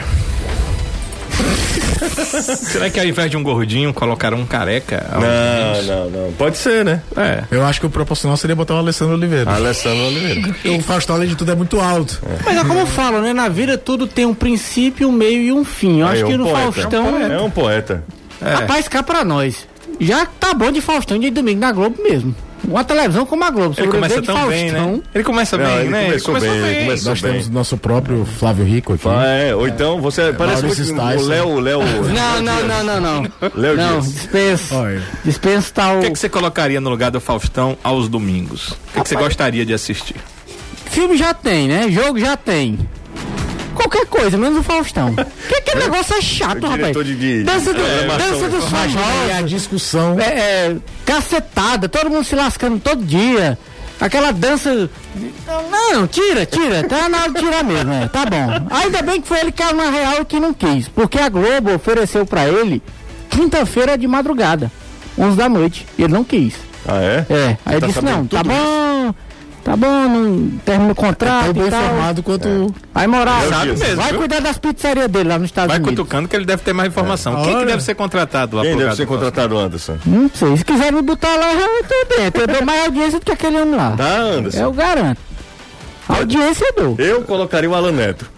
Será que ao invés de um gordinho colocaram um careca? Não, não, não. Pode ser, né? É. Eu acho que o proporcional seria botar o Alessandro Oliveira. Alessandro Oliveira. O Faustão, além de tudo, é muito alto. É. Mas é como eu falo, né? Na vida tudo tem um princípio, um meio e um fim. Eu Aí, acho que um no poeta. Faustão. É um poeta. É. Rapaz, cá pra nós. Já tá bom de Faustão de domingo na Globo mesmo. Uma televisão como a Globo. Ele começa tão Faustão. bem, né? Ele começa bem, ele né? Começou ele começou bem. bem. Começou Nós bem. temos nosso próprio Flávio Rico aqui. Ah, é, ou então você é, parece muito Stice, o Léo, Léo. Não, não, não, não, não. Léo Não, dispensa. Dispensa tal. O que, é que você colocaria no lugar do Faustão aos domingos? O que, é que você gostaria de assistir? Filme já tem, né? Jogo já tem. Qualquer coisa, menos o Faustão. Que aquele negócio é chato, rapaz. De, de, dança do, é, dança dos famosos. É a discussão. É, é, cacetada, todo mundo se lascando todo dia. Aquela dança. Não, tira, tira. Tá na hora de tirar mesmo, é. Tá bom. Ainda bem que foi ele que caiu na real e que não quis. Porque a Globo ofereceu pra ele quinta-feira de madrugada, onze da noite. E ele não quis. Ah, é? É. Aí ele disse: não, tá bom. Tá bom, não termina o contrato. É tão bem e tal. informado quanto. É. Aí, moral, sabe mesmo, vai viu? cuidar das pizzarias dele lá nos Estados vai Unidos. Vai cutucando que ele deve ter mais informação. É. Quem que deve ser contratado lá? Quem deve ser contratado, Anderson? Não sei. Se quiser me botar lá, eu tô dentro. Eu dou mais audiência do que aquele homem lá. Tá, Anderson. Eu garanto. A audiência eu dou. Eu colocaria o Alan Neto.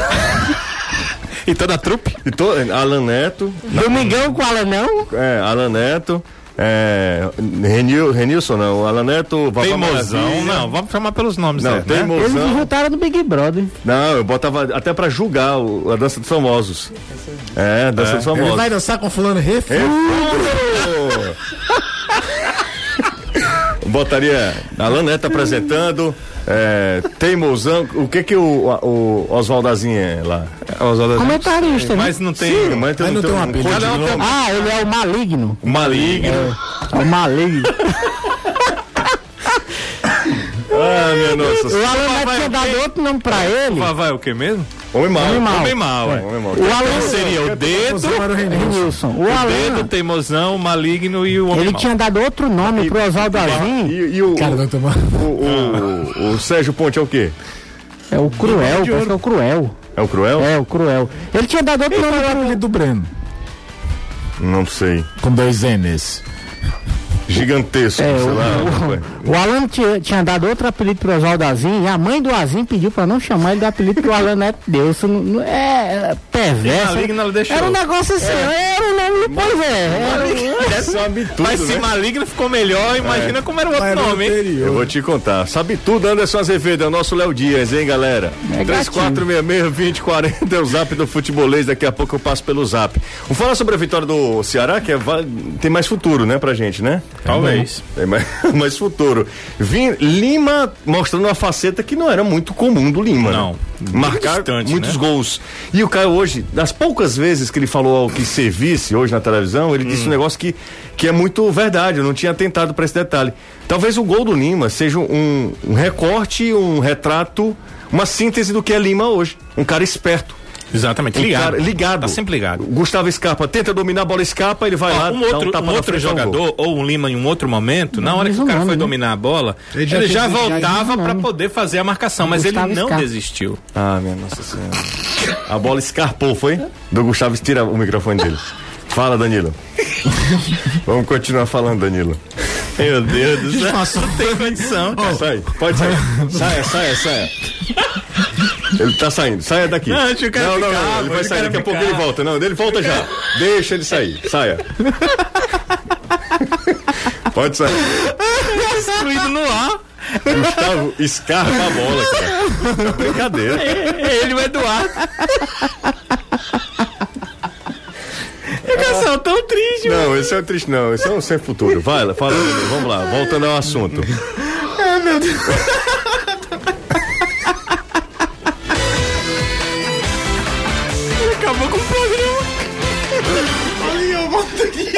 E toda a trupe? E to... Alan Neto. Domingão com o Alan não? É, Alan Neto. É, Renil, Renilson não, Alan Neto, Teimosão, não, vamos chamar pelos nomes, não, né? Teimosão. Eles me juntaram no Big Brother. Não, eu botava até pra julgar o, a dança dos famosos. É, dança é. dos famosos. Ele vai dançar com fulano refúgio. botaria Alan Neto apresentando, é, teimosão, o que que o, o Oswaldazinho é lá? Oswaldazinho. Comentarista, né? Mas não tem, Sim, mas tem, Mas não tem um apelido. um, Ah, ele é o maligno. o maligno. É, é o maligno. Ah, minha nossa. O Alan Neto tinha dado outro nome pra ele. Vai o que mesmo? Homem mal. Homem mal. Homem mal, é. Homem mal. O Alan Então seria o dedo, Renilson. O o dedo, Alan, teimosão, o maligno e o homem ele mal. tinha dado outro nome pro Oswaldazinho. E, e o, Cara, não toma. o, o, o, o Sérgio Ponte é o quê? É o Cruel, parece que é o Cruel. É o Cruel? É, o Cruel. Ele tinha dado outro nome Qual era o do Breno? Não sei. Com dois N's. Gigantesco, É, sei o, lá. o, o Alan tinha, tinha dado outro apelido pro Oswaldazinho e a mãe do Azinho pediu pra não chamar ele do apelido que o Alan Neto deu. Isso não, não, é, é perverso. Maligno ela deixou. Era um negócio assim, é. era um nome, pois é. Era, Sabe tudo, Mas se né? maligno ficou melhor, imagina como era o outro nome, hein? Eu vou te contar. Sabe tudo, Anderson Azevedo, é o nosso Léo Dias, hein, galera? É três quatro seis seis, dois zero quatro zero é o zap do futebolês, daqui a pouco eu passo pelo zap. Vamos falar sobre a vitória do Ceará, que é, tem mais futuro, né, pra gente, né? Talvez. Tem mais, mais futuro. Vim, Lima mostrando uma faceta que não era muito comum do Lima. Não. Né? Marcar distante, muitos né? gols. E o Caio hoje, das poucas vezes que ele falou ao que servisse hoje na televisão, ele hum. disse um negócio que, que é muito verdade, eu não tinha atentado para esse detalhe. Talvez o gol do Lima seja um, um recorte, um retrato, uma síntese do que é Lima hoje. Um cara esperto. Exatamente, Um ligado. cara ligado. Tá sempre ligado. O Gustavo Scarpa tenta dominar a bola, escapa, ele vai Ó, lá, um dá outro, um tapa um na outro frente, jogador, ou um Lima em um outro momento, na hora que o cara foi dominar a bola, Ele ele já já, fez- já voltava diz o pra nome. poder fazer a marcação, mas ele Gustavo não Scarpa. desistiu. Ah, minha nossa senhora. A bola escarpou, foi? Do Gustavo, tira o microfone dele. Fala, Danilo. Vamos continuar falando, Danilo. Meu Deus do céu. Não tem condição. cara. Sai, pode sair. Saia, saia, saia. Ele tá saindo, saia daqui. Não, deixa o cara não, não, ficar, não, ele pô, vai deixa sair, o daqui a cara pouco ficar. ele volta. Não, ele volta já. Deixa ele sair, saia. Pode sair. Destruído no ar. Gustavo escarpa a bola, cara. É brincadeira. Ele e o Eduardo. Ficação tão triste, Não, esse é o triste, não. Esse é um sem futuro. Vai lá, fala, Danilo, vamos lá, voltando ao assunto. Ai, meu Deus. Ele acabou com o programa. Olha, eu volto aqui.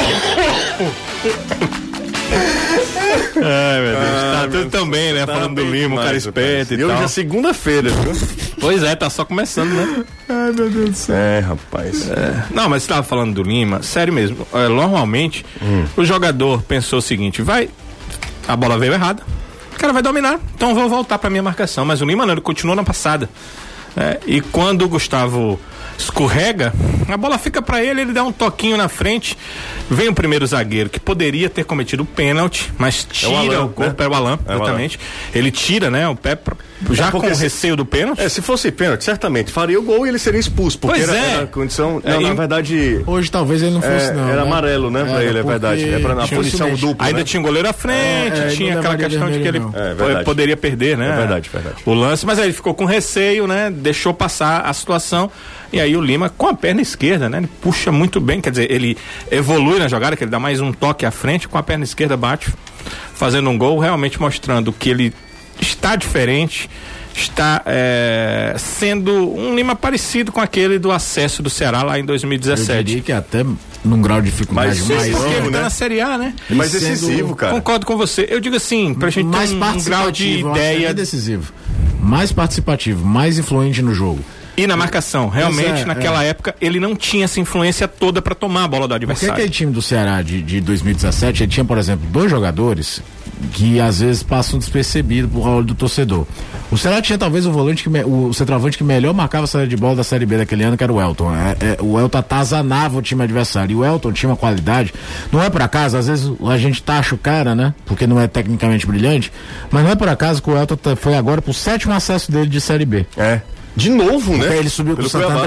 Ai, meu Deus. Ah, tá tudo tão bem, né? Tá Falando do bem Lima, o cara demais, esperto rapaz. e E hoje tal. é segunda-feira, viu? Pois é, tá só começando, né? Ai, meu Deus do céu. É, rapaz. É. Não, mas você tava falando do Lima, sério mesmo. É, normalmente, Hum. o jogador pensou o seguinte: vai, a bola veio errada, o cara vai dominar, então eu vou voltar pra minha marcação. Mas o Lima não, ele continuou na passada. É, e quando o Gustavo escorrega, a bola fica pra ele, ele dá um toquinho na frente, vem o primeiro zagueiro que poderia ter cometido o pênalti, mas tira É o Alan, o corpo, né? é o Alan, É o exatamente. Ele tira, né, o pé pra, já porque com se- receio do pênalti. É, se fosse pênalti, certamente faria o gol e ele seria expulso, porque Pois era, é. era a condição. É, Não, na e- verdade. Hoje talvez ele não fosse, É, não. era né? amarelo, né, pra Era ele, é porque verdade. É pra na tinha posição esse dupla. Ainda né? tinha um goleiro à frente, É, é, tinha não aquela levaria questão de que ele vermelho, não. É, verdade. poderia perder, né? É verdade, verdade. O lance, mas aí ele ficou com receio, né? Deixou passar a situação. E aí o Lima com a perna esquerda, né? Ele puxa muito bem, quer dizer, ele evolui na jogada, que ele dá mais um toque à frente, com a perna esquerda bate, fazendo um gol, realmente mostrando que ele está diferente, está é, sendo um Lima parecido com aquele do acesso do Ceará lá em dois mil e Eu dezessete. diria que até num grau de dificuldade Mas mais, sim, Porque ele né? tá na Série A, né? É mais E sendo- decisivo, cara. Concordo com você. Eu digo assim, pra gente mais ter um, um grau de participativo, eu acho que ideia é decisivo. Mais participativo, mais influente no jogo. e na marcação. Realmente, Pois é, naquela é. época, ele não tinha essa influência toda pra tomar a bola do Porque adversário. aquele time do Ceará de, de dois mil e dezessete, ele tinha, por exemplo, dois jogadores que às vezes passam despercebidos pro olho do torcedor. O Ceará tinha talvez o volante que me, o, o centroavante que melhor marcava a saída de bola da Série B daquele ano, que era o Elton. É, é, o Elton atazanava o time adversário. E o Elton tinha uma qualidade. Não é por acaso, às vezes a gente taxa o cara, né? Porque não é tecnicamente brilhante, mas não é por acaso que o Elton tá- foi agora pro sétimo acesso dele de Série B. É. De novo, né? Porque ele subiu com Pelo o Santo Cuiabá. André,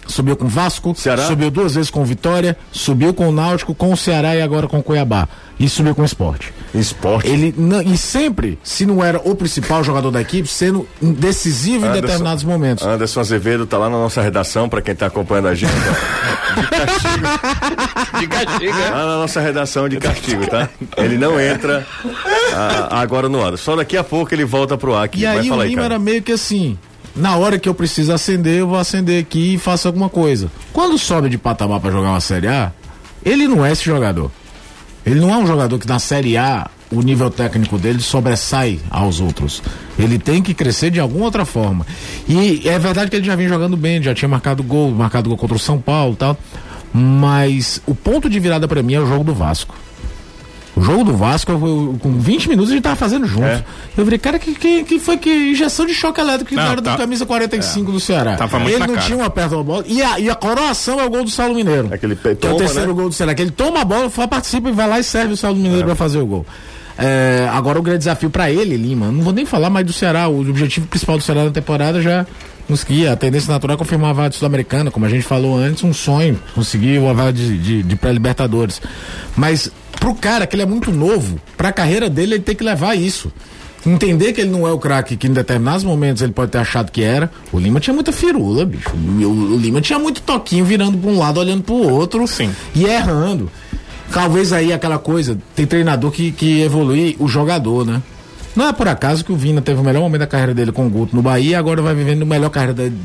subiu com o Vasco, Ceará? Subiu duas vezes com o Vitória, subiu com o Náutico, com o Ceará e agora com o Cuiabá. E subiu com o Sport. Esporte. Ele não, e sempre, se não era o principal jogador da equipe, sendo decisivo Anderson, em determinados momentos. Anderson Azevedo tá lá na nossa redação, pra quem tá acompanhando a gente. De castigo. De castigo, é? Lá na nossa redação de castigo, tá? Ele não entra a, agora no ar. Só daqui a pouco ele volta pro ar aqui. E Vai aí falar o aí, Lima cara. era meio que assim, na hora que eu preciso acender, eu vou acender aqui e faço alguma coisa. Quando sobe de patamar pra jogar uma Série A, ele não é esse jogador. Ele não é um jogador que na Série A o nível técnico dele sobressai aos outros. Ele tem que crescer de alguma outra forma. E é verdade que ele já vinha jogando bem, já tinha marcado gol, marcado gol contra o São Paulo e tal. Mas o ponto de virada pra mim é o jogo do Vasco. O jogo do Vasco, eu, eu, com vinte minutos a gente tava fazendo junto. É. Eu falei, cara, que, que, que foi que injeção de choque elétrico que Não, era tá, do camisa quarenta e cinco é. do Ceará. Tava muito Ele na não cara. tinha uma perto da bola. E a, e a coroação é o gol do Saulo Mineiro. Aquele que é toma, o terceiro né? gol do Ceará. Que ele toma a bola, fala, participa e vai lá e serve o Saulo Mineiro é. pra fazer o gol. É, agora o grande desafio pra ele, Lima, não vou nem falar mais do Ceará. O objetivo principal do Ceará na temporada já conseguir. A tendência natural é confirmar a vaga de Sul-Americana, como a gente falou antes, um sonho, conseguir uma vaga de, de, de pré-libertadores. Mas pro cara que ele é muito novo, pra carreira dele ele tem que levar isso. Entender que ele não é o craque que em determinados momentos ele pode ter achado que era. O Lima tinha muita firula, bicho. O, o, o Lima tinha muito toquinho virando pra um lado, olhando pro outro. Sim. E errando. Talvez aí aquela coisa, tem treinador que, que evolui o jogador, né? Não é por acaso que o Vina teve o melhor momento da carreira dele com o Guto no Bahia e agora vai vivendo o melhor carreira da,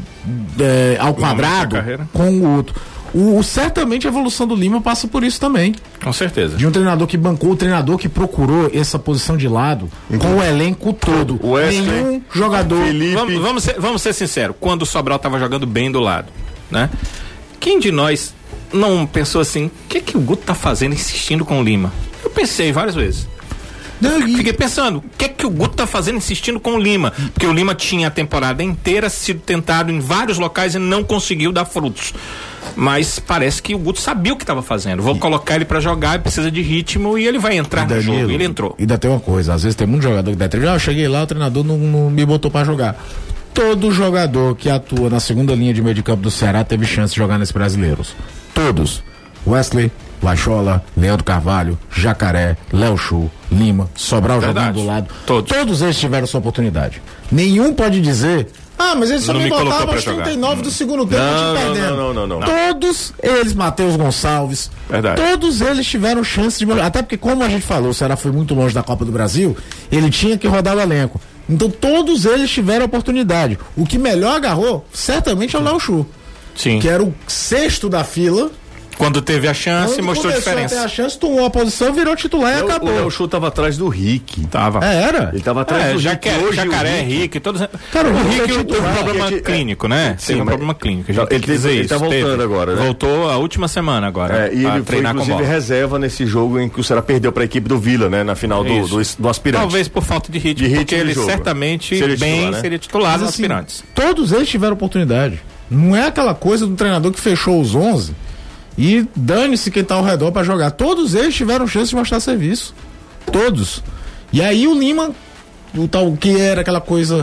da, ao o quadrado carreira. com o Guto. O, o, certamente a evolução do Lima passa por isso também. Com certeza. De um treinador que bancou, o treinador que procurou essa posição de lado uhum. com o elenco todo. O Wesley, nenhum jogador. Felipe. Vamos, vamos, ser, vamos ser sinceros, quando o Sobral tava jogando bem do lado, né? Quem de nós não pensou assim, o que que o Guto tá fazendo insistindo com o Lima? Eu pensei várias vezes. Não, e... Fiquei pensando, o que é que o Guto tá fazendo insistindo com o Lima? Porque o Lima tinha a temporada inteira sido tentado em vários locais e não conseguiu dar frutos. Mas parece que o Guto sabia o que estava fazendo. Vou e... colocar ele pra jogar, ele precisa de ritmo e ele vai entrar no Danilo, jogo. Ele entrou. E ainda tem uma coisa, às vezes tem muito jogador que dá entrevista, ah, eu cheguei lá, o treinador não, não me botou pra jogar. Todo jogador que atua na segunda linha de meio de campo do Ceará teve chance de jogar nesses brasileiros. Todos. Wesley, Lachola, Leandro Carvalho, Jacaré, Léo Chu, Lima, Sobral Verdade. jogando do lado. Todos. Todos eles tiveram sua oportunidade. Nenhum pode dizer, ah, mas eles só Não me me colocou botavam pra aos trinta e nove jogar. do segundo tempo Não, te perdendo. não, não, não, não. Todos eles, Matheus Gonçalves, Verdade. todos eles tiveram chance de... Até porque, como a gente falou, o Ceará foi muito longe da Copa do Brasil, ele tinha que rodar o elenco. Então todos eles tiveram oportunidade. O que melhor agarrou, certamente, é o Léo Chu. Sim. Que era o sexto da fila. Quando teve a chance, Quando mostrou a começou diferença. a ter a chance, tomou a posição, virou titular e O acabou. Léo Chu tava atrás do Rick. Tava. É, era? Ele tava atrás É, do Jaque, Rick. Hoje Jacaré, o Rick, Rick, todos. Cara, o o Rick Rick é teve um titular, problema Rick é- clínico, né? Sim, teve um mas- problema clínico. Já- Ele, ele teve- ele tá voltando agora, né? Voltou a última semana agora. É, e pra ele foi treinar com inclusive bola. reserva nesse jogo em que o Ceará perdeu para a equipe do Vila, né? Na final do, do, do aspirante. Talvez por falta de ritmo, De ritmo porque de ele jogo. certamente Seria bem titular, né? seria titular Mas, nos assim, aspirantes. todos eles tiveram oportunidade. Não é aquela coisa do treinador que fechou os onze e dane-se quem tá ao redor pra jogar. Todos eles tiveram chance de mostrar serviço. Todos. E aí o Lima, o tal que era aquela coisa,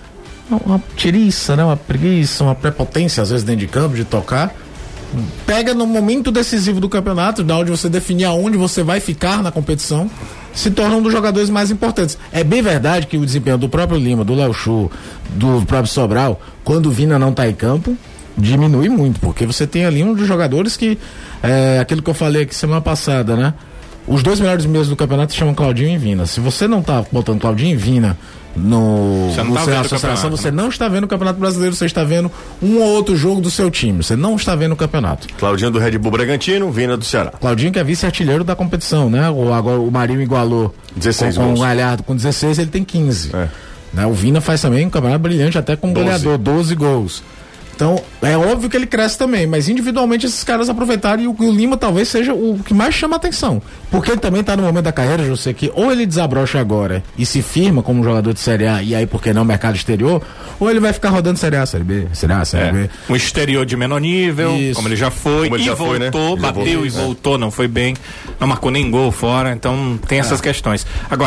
uma tiriça, né? Uma preguiça, uma prepotência, às vezes dentro de campo, de tocar, pega no momento decisivo do campeonato, da onde você definir aonde você vai ficar na competição, se torna um dos jogadores mais importantes. É bem verdade que o desempenho do próprio Lima, do Léo Chu, do próprio Sobral, quando o Vina não tá em campo, diminui muito, porque você tem ali um dos jogadores que, é aquilo que eu falei aqui semana passada, né? Os dois melhores meios do campeonato se chamam Claudinho e Vina. Se você não tá botando Claudinho e Vina no, Você não no tá seu vendo o associação, campeonato, você né? não está vendo o Campeonato Brasileiro, você está vendo um ou outro jogo do seu time, você não está vendo o campeonato. Claudinho do Red Bull Bragantino, Vina do Ceará. Claudinho que é vice-artilheiro da competição, né? O, agora o Marinho igualou dezesseis com, com gols. o Galhardo com dezesseis, ele tem quinze. É. Né? O Vina faz também um campeonato brilhante, até com doze. goleador, doze gols. Então, é óbvio que ele cresce também, mas individualmente esses caras aproveitaram e o, o Lima talvez seja o que mais chama atenção. Porque ele também tá no momento da carreira, eu sei que ou ele desabrocha agora e se firma como um jogador de Série A, e aí, por que não, mercado exterior, ou ele vai ficar rodando Série A, Série B, Série A, Série É. B. Um exterior de menor nível, Isso. como ele já foi, Como ele e já foi, né? voltou, Ele já bateu voltou, e é. voltou, não foi bem, não marcou nem gol fora, então tem essas questões. Agora,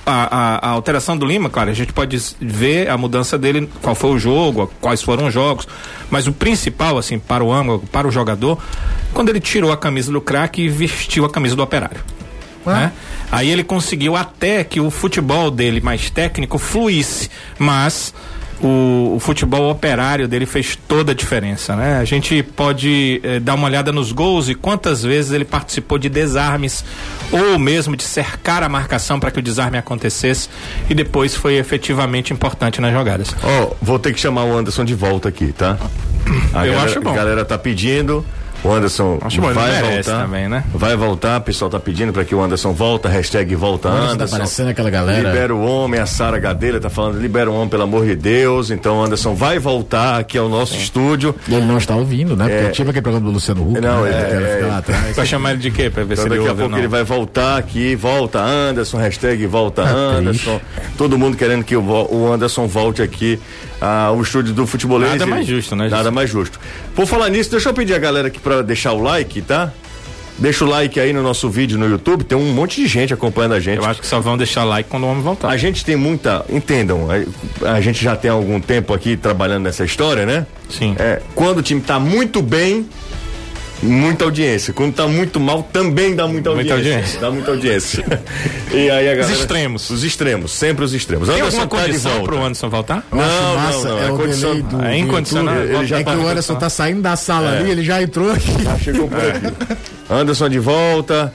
a, a, a alteração do Lima, claro, a gente pode ver a mudança dele, qual foi o jogo, quais foram os jogos, mas o principal, assim, para o ângulo, para o jogador, quando ele tirou a camisa do craque e vestiu a camisa do Operário. Né? Aí ele conseguiu até que o futebol dele mais técnico fluísse, mas o, o futebol operário dele fez toda a diferença, né? A gente pode eh, dar uma olhada nos gols e quantas vezes ele participou de desarmes ou mesmo de cercar a marcação para que o desarme acontecesse e depois foi efetivamente importante nas jogadas. Ó, oh, vou ter que chamar o Anderson de volta aqui, tá? A Eu galera, acho bom. A galera tá pedindo. O Anderson Acho bom, vai merece voltar também, né? Vai voltar, o pessoal tá pedindo para que o Anderson volta, hashtag volta Anderson. Anderson. Tá aparecendo aquela galera. Libera o homem, a Sara Gadelha tá falando, libera o homem, pelo amor de Deus. Então o Anderson vai voltar aqui ao nosso é. estúdio. E ele não está ouvindo, né? Porque é. eu tive aquele programa do Luciano Huck. Não, né? é, é, é, lá atrás. Vai chamar ele de quê? Pra ver então, se ele daqui a ouve pouco ou não. ele vai voltar aqui, volta Anderson, hashtag volta Ah, Anderson. Todo mundo querendo que o, o Anderson volte aqui ao estúdio do Futebolês. Nada mais justo, né? Nada mais justo. Por falar nisso, deixa eu pedir a galera aqui pra deixar o like, tá? Deixa o like aí no nosso vídeo no YouTube, tem um monte de gente acompanhando a gente. Eu acho que só vão deixar like quando o homem voltar. A gente tem muita, entendam, a, a gente já tem algum tempo aqui trabalhando nessa história, né? Sim. É, quando o time tá muito bem, muita audiência. Quando tá muito mal, também dá muita audiência. Muita audiência. Dá muita audiência. E aí a galera, os extremos. Os extremos, sempre os extremos. Tem Anderson alguma tá condição pro Anderson voltar? Eu acho Não, massa, não, não, é é o condição- delay do, é do incondicional. YouTube. Ele já é tá que o Anderson tá saindo da sala É. ali, ele já entrou aqui. Já chegou por aqui. Anderson de volta.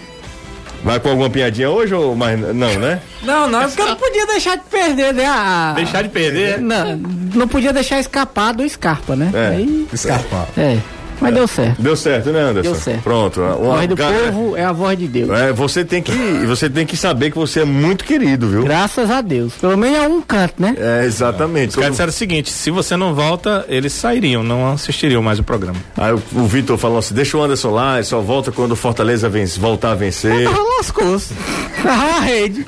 Vai com alguma piadinha hoje ou mais não, né? Não, não, porque eu não podia deixar de perder, né? A... Deixar de perder? Não, não podia deixar escapar do Scarpa, né? É. Aí, Escarpar. é. Mas deu certo. Deu certo, né, Anderson? Deu certo. Pronto. A Uma, voz do ga- povo é a voz de Deus. É, você tem que, você tem que saber que você é muito querido, viu? Graças a Deus. Pelo menos é um canto, né? É, exatamente. Os caras disseram o seguinte, se você não volta, eles sairiam, não assistiriam mais o programa. Aí o, o Vitor falou assim, deixa o Anderson lá, ele só volta quando o Fortaleza vence, voltar a vencer. Ah, lascou-se. Ah, a rede.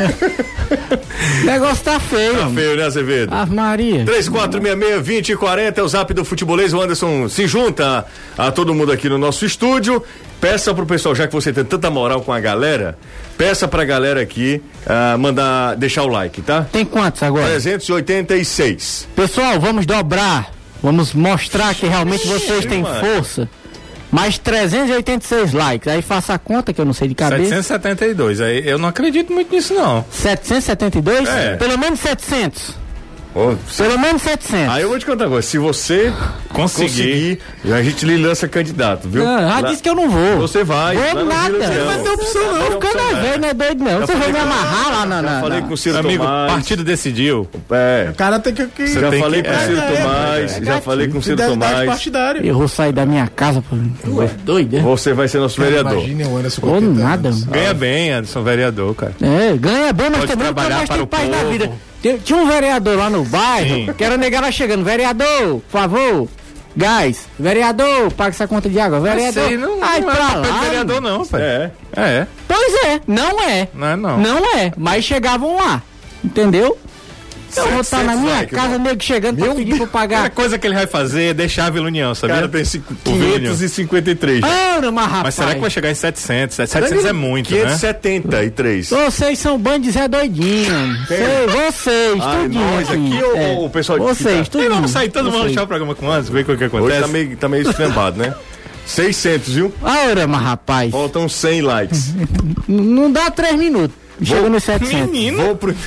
O negócio tá feio. Tá mano. feio, né, Azevedo? Ave Maria. três quatro seis seis, vinte e quarenta é o zap do Futebolês. O Anderson se junta a, a todo mundo aqui no nosso estúdio. Peça pro pessoal, já que você tem tanta moral com a galera, peça pra galera aqui uh, mandar, deixar o like, tá? Tem quantos agora? trezentos e oitenta e seis. Pessoal, vamos dobrar. Vamos mostrar que realmente vocês têm mano. força. Mais trezentos e oitenta e seis likes. Aí faça a conta que eu não sei de cabeça. setecentos e setenta e dois, aí eu não acredito muito nisso não. setecentos e setenta e dois? É. Pelo menos setecentos. Ô, Pelo menos setecentos. Aí eu vou te contar agora, se você Conseguir. conseguir, a gente lhe lança candidato, viu? Não, já Lá- disse que eu não vou. Você vai. Vou lá no nada. Vila Leão. Não vai ter opção não. Vai ter Ficando opção, velho, não é doido não. Você vai falei me com- amarrar lá na... Já na, falei na... com o Ciro Amigo, Tomás. partido decidiu. É. O cara tem que. que Já tem falei que- com o Ciro é, é, Tomás, é, já falei com o Ciro fidelidade Tomás. partidária. Eu vou sair da minha casa. Pô. Doido, é? Você vai ser nosso vereador. Imagine o Anderson com Ou oitenta nada. anos. Ganha bem, Anderson, vereador, cara. É, ganha bem, mas Pode também nunca trabalhar mais para tem o paz na povo. vida. Tem- Tinha um vereador lá no bairro, Sim. que era negar lá chegando. Vereador, por favor, gás. Vereador, paga essa conta de água. Vereador. Sei, não, Ai, não é pra papel de lá, vereador não, pai. É. É, Pois é, não é. não é não. Não é, mas chegavam lá. Entendeu? Eu vou estar na setecentos minha likes, casa, nego chegando pra pedir pra eu A pagar. coisa que ele vai fazer é deixar a Vila União, sabia? Cara, tem cinco- O Vila União. quinhentos e cinquenta e três. Ora, mas rapaz. Mas será que vai chegar em setecentos? setecentos é muito, quinhentos e né? setenta e três. Vocês são bandos de Zé Doidinho. Sei, vocês, Ai, tudinho. nós aqui ou- ou o pessoal de Vocês, que tá- tudinho. E vamos sair todo mundo Vocês. achar o programa com o Anderson, ver o que Hoje acontece. tá meio, tá meio estrambado, né? seiscentos, viu? Ora, mas rapaz. Faltam cem likes. N- Não dá três minutos. Chega nos setecentos. Menino. Vou pro...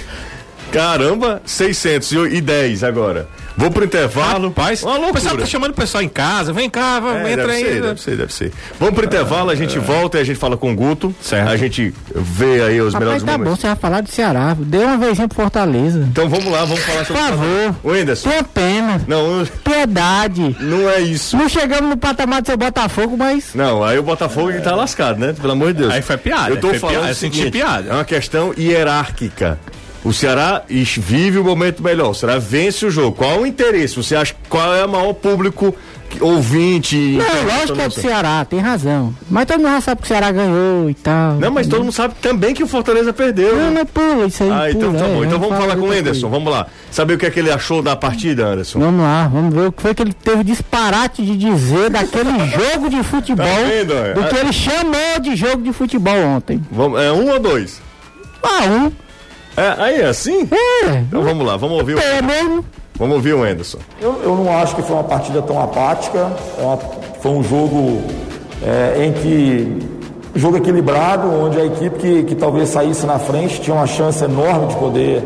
Caramba, seiscentos e dez agora. Vou pro intervalo. Rapaz, Uma o pessoal loucura. tá chamando o pessoal em casa, vem cá, vamos, É, entra deve aí. ser, deve ser, deve ser. Vamos pro intervalo, a gente volta e a gente fala com o Guto. Certo. A gente vê aí os Rapaz, melhores tá bom, momentos. você vai falar do Ceará. Dê uma vezinha pro Fortaleza. Então vamos lá, vamos falar Por sobre favor. o Whindersson. Tenha pena. Não, Piedade. não é isso. Não chegamos no patamar do seu Botafogo, mas. Não, aí o Botafogo que tá lascado, né? Pelo amor de Deus. Aí foi piada, Eu tô foi falando piada, o eu senti seguinte, piada. é uma questão hierárquica. O Ceará is- vive o momento melhor. O Ceará vence o jogo. Qual o interesse? Você acha qual é o maior público que- ouvinte? Não, lógico que é do Ceará, tem razão. Mas todo mundo já sabe que o Ceará ganhou e tal. Não, mas todo mundo sabe também que o Fortaleza perdeu. Não, não pula isso aí. Ah, então pula, tá é, bom. Então vamos falar de com o outra Whindersson. coisa. Vamos lá. Saber o que é que ele achou da partida, Anderson. Vamos lá, vamos ver o que foi que ele teve disparate de dizer daquele jogo de futebol, Tá vendo, é? do que ele chamou de jogo de futebol ontem. Vamos, é um ou dois? Ah, um. É, aí é assim? É. Então vamos lá, vamos ouvir o... É mesmo? Vamos ouvir o Anderson. Eu, eu não acho que foi uma partida tão apática, é uma, foi um jogo é, em que, jogo equilibrado, onde a equipe que, que talvez saísse na frente tinha uma chance enorme de poder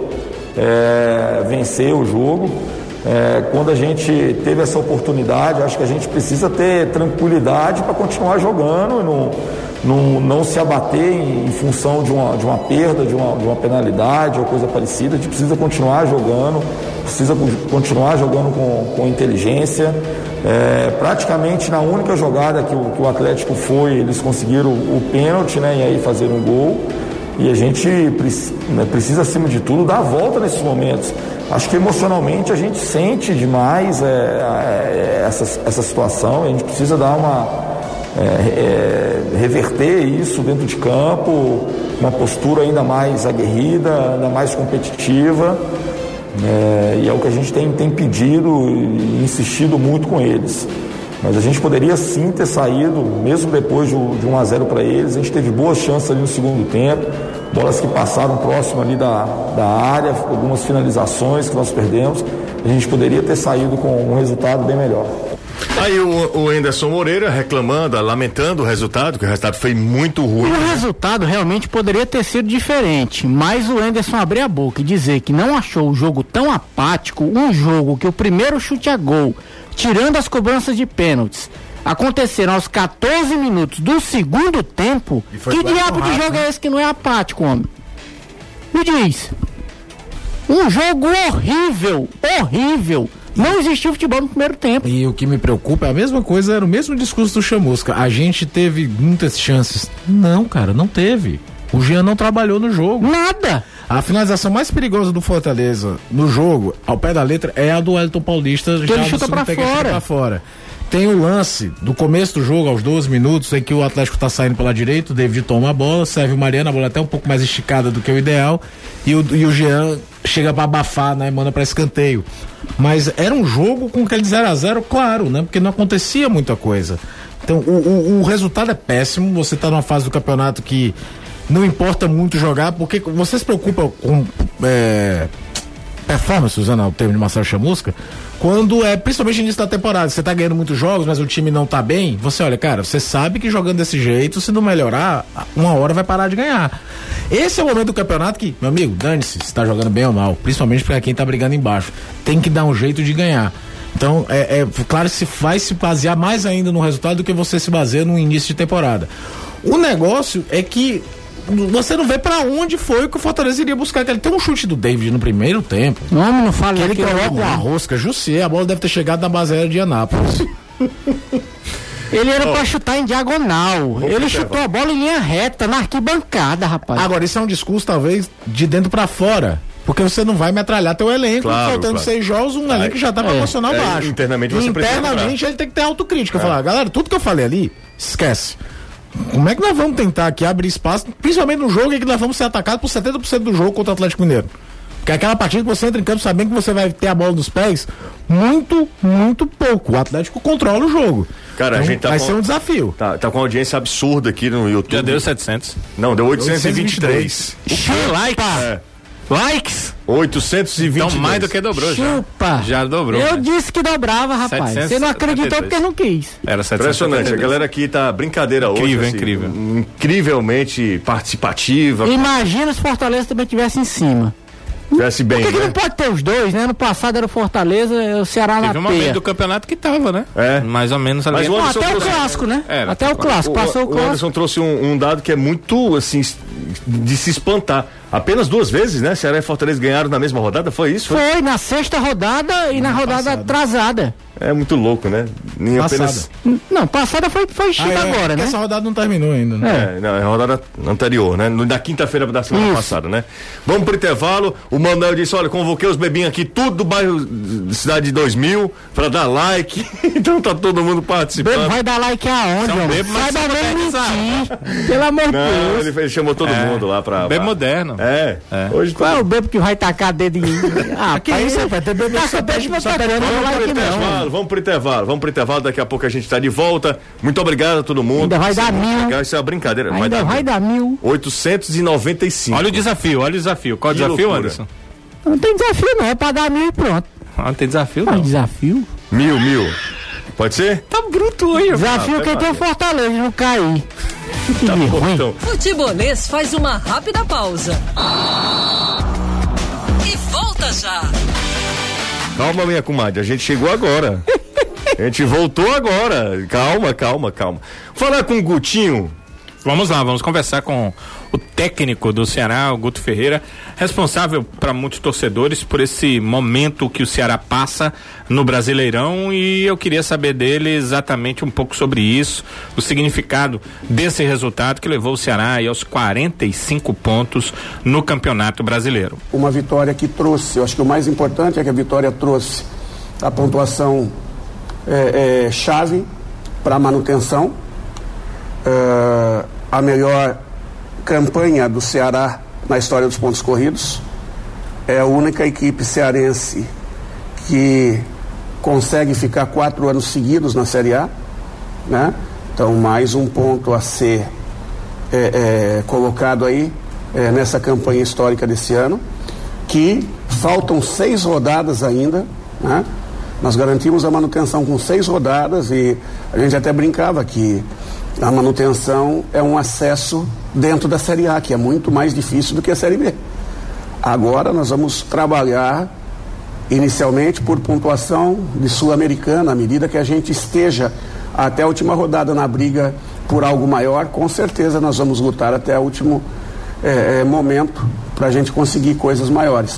é, vencer o jogo. É, quando a gente teve essa oportunidade, acho que a gente precisa ter tranquilidade para continuar jogando e não, não, não se abater em, em função de uma, de uma perda, de uma, de uma penalidade ou coisa parecida. A gente precisa continuar jogando, precisa continuar jogando com, com inteligência. É, praticamente na única jogada que o, que o Atlético foi, eles conseguiram o, o pênalti, né, e aí fazer um gol. E a gente né, precisa, acima de tudo, dar a volta nesses momentos. Acho que emocionalmente a gente sente demais é, é, essa, essa situação. A gente precisa dar uma é, é, reverter isso dentro de campo, uma postura ainda mais aguerrida, ainda mais competitiva. É, e é o que a gente tem, tem pedido e insistido muito com eles. Mas a gente poderia sim ter saído, mesmo depois de, de um a zero para eles. A gente teve boas chances ali no segundo tempo, bolas que passaram próximo ali da, da área, algumas finalizações que nós perdemos. A gente poderia ter saído com um resultado bem melhor. Aí o, o Anderson Moreira reclamando, lamentando o resultado, que o resultado foi muito ruim. O resultado realmente poderia ter sido diferente, mas o Anderson abrir a boca e dizer que não achou o jogo tão apático, um jogo que o primeiro chute a gol, tirando as cobranças de pênaltis, aconteceram aos quatorze minutos do segundo tempo. Que diabo de jogo é esse que não é apático, homem? Me diz. Um jogo horrível, horrível. Não existiu futebol no primeiro tempo. E o que me preocupa é a mesma coisa, era o mesmo discurso do Chamusca. A gente teve muitas chances. Não, cara, não teve. O Jean não trabalhou no jogo. Nada. A finalização mais perigosa do Fortaleza no jogo, ao pé da letra, é a do Wellington Paulista. Que já ele chuta pra fora. Chuta pra fora. Tem o lance do começo do jogo, aos doze minutos, em que o Atlético tá saindo pela direita, o David toma a bola, serve o Mariano, a bola até um pouco mais esticada do que o ideal, e o, e o Jean chega pra abafar, né, manda pra escanteio. Mas era um jogo com aquele zero a zero, claro, né, porque não acontecia muita coisa. Então, o, o, o resultado é péssimo, você tá numa fase do campeonato que não importa muito jogar, porque você se preocupa com é, performance, usando o termo de Marcelo Chamusca, quando é principalmente no início da temporada, você tá ganhando muitos jogos, mas o time não tá bem, você olha, cara, você sabe que jogando desse jeito, se não melhorar, uma hora vai parar de ganhar. Esse é o momento do campeonato que, meu amigo, dane-se se tá jogando bem ou mal, principalmente pra quem tá brigando embaixo, tem que dar um jeito de ganhar. Então, é, é claro que se vai se basear mais ainda no resultado do que você se baseia no início de temporada. O negócio é que você não vê pra onde foi que o Fortaleza iria buscar. Ele tem um chute do David no primeiro tempo. Não, não fala. Que ele coloca uma rosca, Jussier, a bola deve ter chegado na base aérea de Anápolis. Ele era oh. pra chutar em diagonal. Vou ele chutou a bola em linha reta, na arquibancada, rapaz. Agora, isso é um discurso, talvez, de dentro pra fora. Porque você não vai metralhar teu elenco, claro, faltando claro. seis jogos, um elenco que já tá é, proporcional é, baixo. Internamente você Internamente ele tem que ter autocrítica. É. Falar, galera, tudo que eu falei ali, esquece. Como é que nós vamos tentar aqui abrir espaço, principalmente no jogo em que nós vamos ser atacados por setenta por cento do jogo contra o Atlético Mineiro? Porque é aquela partida que você entra em campo sabendo que você vai ter a bola nos pés muito, muito pouco. O Atlético controla o jogo. Cara, então, a gente tá vai com, ser um desafio. Tá, tá com uma audiência absurda aqui no YouTube. Já deu setecentos. Não, deu oitocentos e vinte e três. O que? Likes? É. Likes? oitocentos e vinte e dois. Então mais do que dobrou. Chupa. Já, já dobrou. Eu né? disse que dobrava, rapaz. setecentos Você não acreditou porque não quis. Era setecentos. Impressionante, a galera aqui tá brincadeira incrível, hoje. Assim, incrível, incrivelmente participativa. Imagina se Fortaleza também tivesse em cima. Tivesse bem, Por que, né? que não pode ter os dois, né? No passado era o Fortaleza e o Ceará na Teve um momento do campeonato que tava, né? É. Mais ou menos ali. Mas o não, até trouxe... o clássico, né? Era, até o clássico. O, passou o, o clássico. Anderson trouxe um, um dado que é muito, assim, de se espantar. Apenas duas vezes, né? Ceará e Fortaleza ganharam na mesma rodada, foi isso? Foi, foi na sexta rodada e na rodada passada. atrasada. É muito louco, né? Nem passada. apenas... Não, passada foi, foi Chico ah, é, agora, né? Essa rodada não terminou ainda, né? É, não, é a rodada anterior, né? Na quinta-feira da semana isso. passada, né? Vamos pro intervalo. O Manuel disse, olha, convoquei os bebinhos aqui, tudo do bairro Cidade de dois mil, pra dar like. Então tá todo mundo participando. Bebo vai dar like aonde, Bebo, vai dar mentir. Pelo amor de Deus. Ele, ele chamou todo é. mundo lá pra... Bebo moderno. É. É. Hoje Qual é o bebo que vai tacar dedo em. Ah, Que isso, rapaz? Tem bebê Tá, que só só pede pede só pra pede tacar, pão. não vai Vamos pro aqui não. intervalo, vamos pro intervalo, vamos pro intervalo, daqui a pouco a gente tá de volta. Muito obrigado a todo mundo. Ainda vai dar Isso é muito mil. legal, isso é uma brincadeira. Ainda vai dar mil. oitocentos e noventa e cinco. Olha o desafio, olha o desafio. Qual o Que desafio, loucura. Anderson? Não tem desafio, não. É pra dar mil e pronto. Ah, não tem desafio, Não, não. desafio. Mil, mil. Pode ser? Tá bruto hoje, Desafio Ah, quem vai tem Fortaleza, não cair. Que Tá bom, ruim. então. Futebolês faz uma rápida pausa. E volta já. Calma, minha comadre, a gente chegou agora. A gente voltou agora. Calma, calma, calma. Falar com o Gutinho. Vamos lá, vamos conversar com o técnico do Ceará, o Guto Ferreira, responsável para muitos torcedores por esse momento que o Ceará passa no Brasileirão, e eu queria saber dele exatamente um pouco sobre isso, o significado desse resultado que levou o Ceará aí aos quarenta e cinco pontos no Campeonato Brasileiro. Uma vitória que trouxe, eu acho que o mais importante é que a vitória trouxe a pontuação é, é, chave para a manutenção. Uh, a melhor campanha do Ceará na história dos pontos corridos. É a única equipe cearense que consegue ficar quatro anos seguidos na Série A, né? Então, mais um ponto a ser é, é, colocado aí é, nessa campanha histórica desse ano, que faltam seis rodadas ainda, né? Nós garantimos a manutenção com seis rodadas, e a gente até brincava que a manutenção é um acesso dentro da Série A, que é muito mais difícil do que a Série B. Agora nós vamos trabalhar inicialmente por pontuação de Sul-Americana. À medida que a gente esteja até a última rodada na briga por algo maior, com certeza nós vamos lutar até o último é, é, momento para a gente conseguir coisas maiores.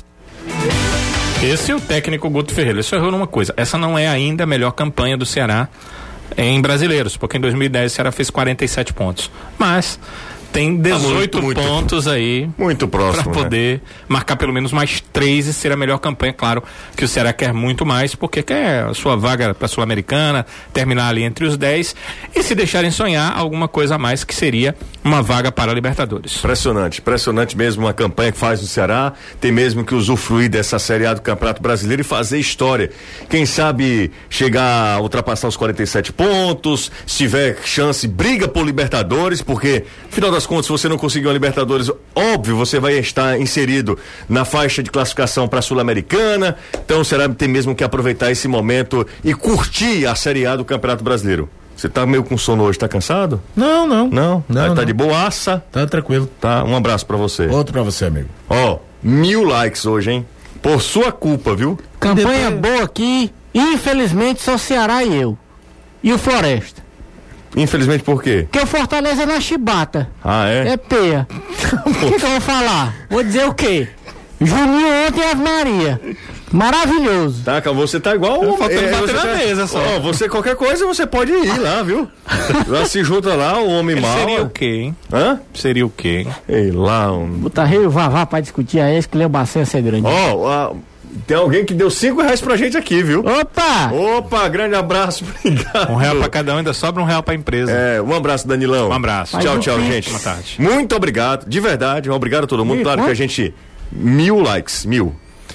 Esse é o técnico Guto Ferreira. Ele só errou numa coisa: essa não é ainda a melhor campanha do Ceará em brasileiros, porque em dois mil e dez o Ceará fez quarenta e sete pontos, mas tem dezoito muito, muito, pontos aí muito próximo, para poder né? marcar pelo menos mais três e ser a melhor campanha. Claro que o Ceará quer muito mais, porque quer a sua vaga para a Sul-Americana, terminar ali entre os dez, e se deixarem sonhar alguma coisa a mais, que seria uma vaga para a Libertadores. Impressionante, impressionante mesmo uma campanha que faz o Ceará. Tem mesmo que usufruir dessa Série A do Campeonato Brasileiro e fazer história. Quem sabe chegar a ultrapassar os quarenta e sete pontos, se tiver chance, briga por Libertadores, porque, afinal das contas, se você não conseguir uma Libertadores, óbvio, você vai estar inserido na faixa de classificação para a Sul-Americana. Então o Ceará tem mesmo que aproveitar esse momento e curtir a Série A do Campeonato Brasileiro. Você tá meio com sono hoje, tá cansado? Não, não. Não? Não, tá não. de boaça? Tá tranquilo. Tá, um abraço pra você. Outro pra você, amigo. Ó, mil likes hoje, hein? Por sua culpa, viu? Campanha boa aqui. Infelizmente, só o Ceará e eu. E o Floresta. Infelizmente por quê? Porque o Fortaleza é na chibata. Ah, é? É peia. O que, que eu vou falar? Vou dizer o quê? Juninho ontem e Ave Maria. Maravilhoso. Tá, calma, você tá igual. Tá faltando bater você na tá- mesa só. Ó, você, qualquer coisa, você pode ir lá, viu? Lá se junta lá, o homem Ele mal. seria o quê, hein? Hã? Seria o quê, hein? Ei, lá, um. Botar rei e o Vavá pra discutir a esse que leu Bacen ser grande. Ó, ó, tem alguém que deu cinco reais pra gente aqui, viu? Opa! Opa, grande abraço, obrigado. Um real pra cada um, ainda sobra um real pra empresa. É, um abraço, Danilão. Um abraço. Tchau, Faz tchau, um gente. Boa tarde. Muito obrigado, de verdade, um obrigado a todo mundo. Ih, Claro que quanto? a gente. Mil likes, mil.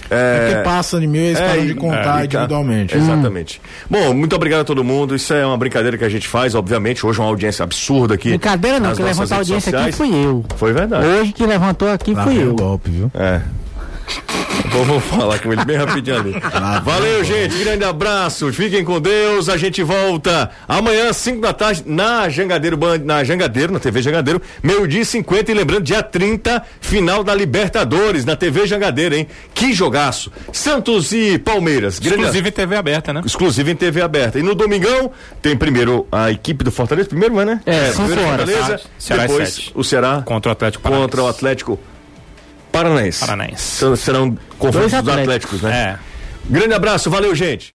É porque passa de mil e eles param de e- contar é, individualmente. Exatamente. Bom, muito obrigado a todo mundo. Isso é uma brincadeira que a gente faz, obviamente. Hoje é uma audiência absurda aqui. Brincadeira não, nas que nossas levantou a redes audiência sociais. aqui fui eu. Foi verdade. Hoje que levantou aqui Lá fui vem eu. o golpe, viu? É. Vou, vou falar com ele bem rapidinho ali. Valeu, gente. Grande abraço. Fiquem com Deus. A gente volta amanhã, cinco da tarde, na Jangadeiro Band, na Jangadeiro, na T V Jangadeiro, meio-dia e cinquenta. E lembrando, dia trinta, final da Libertadores, na T V Jangadeiro, hein? Que jogaço. Santos e Palmeiras. Grande Exclusivo em T V aberta, né? exclusivo em T V aberta. E no domingão tem primeiro a equipe do Fortaleza, primeiro, mas, né? É, cinco primeiro horas. Fortaleza, Ceará às depois sete. o Ceará Contra o Atlético Paranaense. contra o Atlético Paranaense. Paranaense. Serão- Serão confrontos Dois dos Atléticos. Atléticos, né? É. Grande abraço, valeu, gente.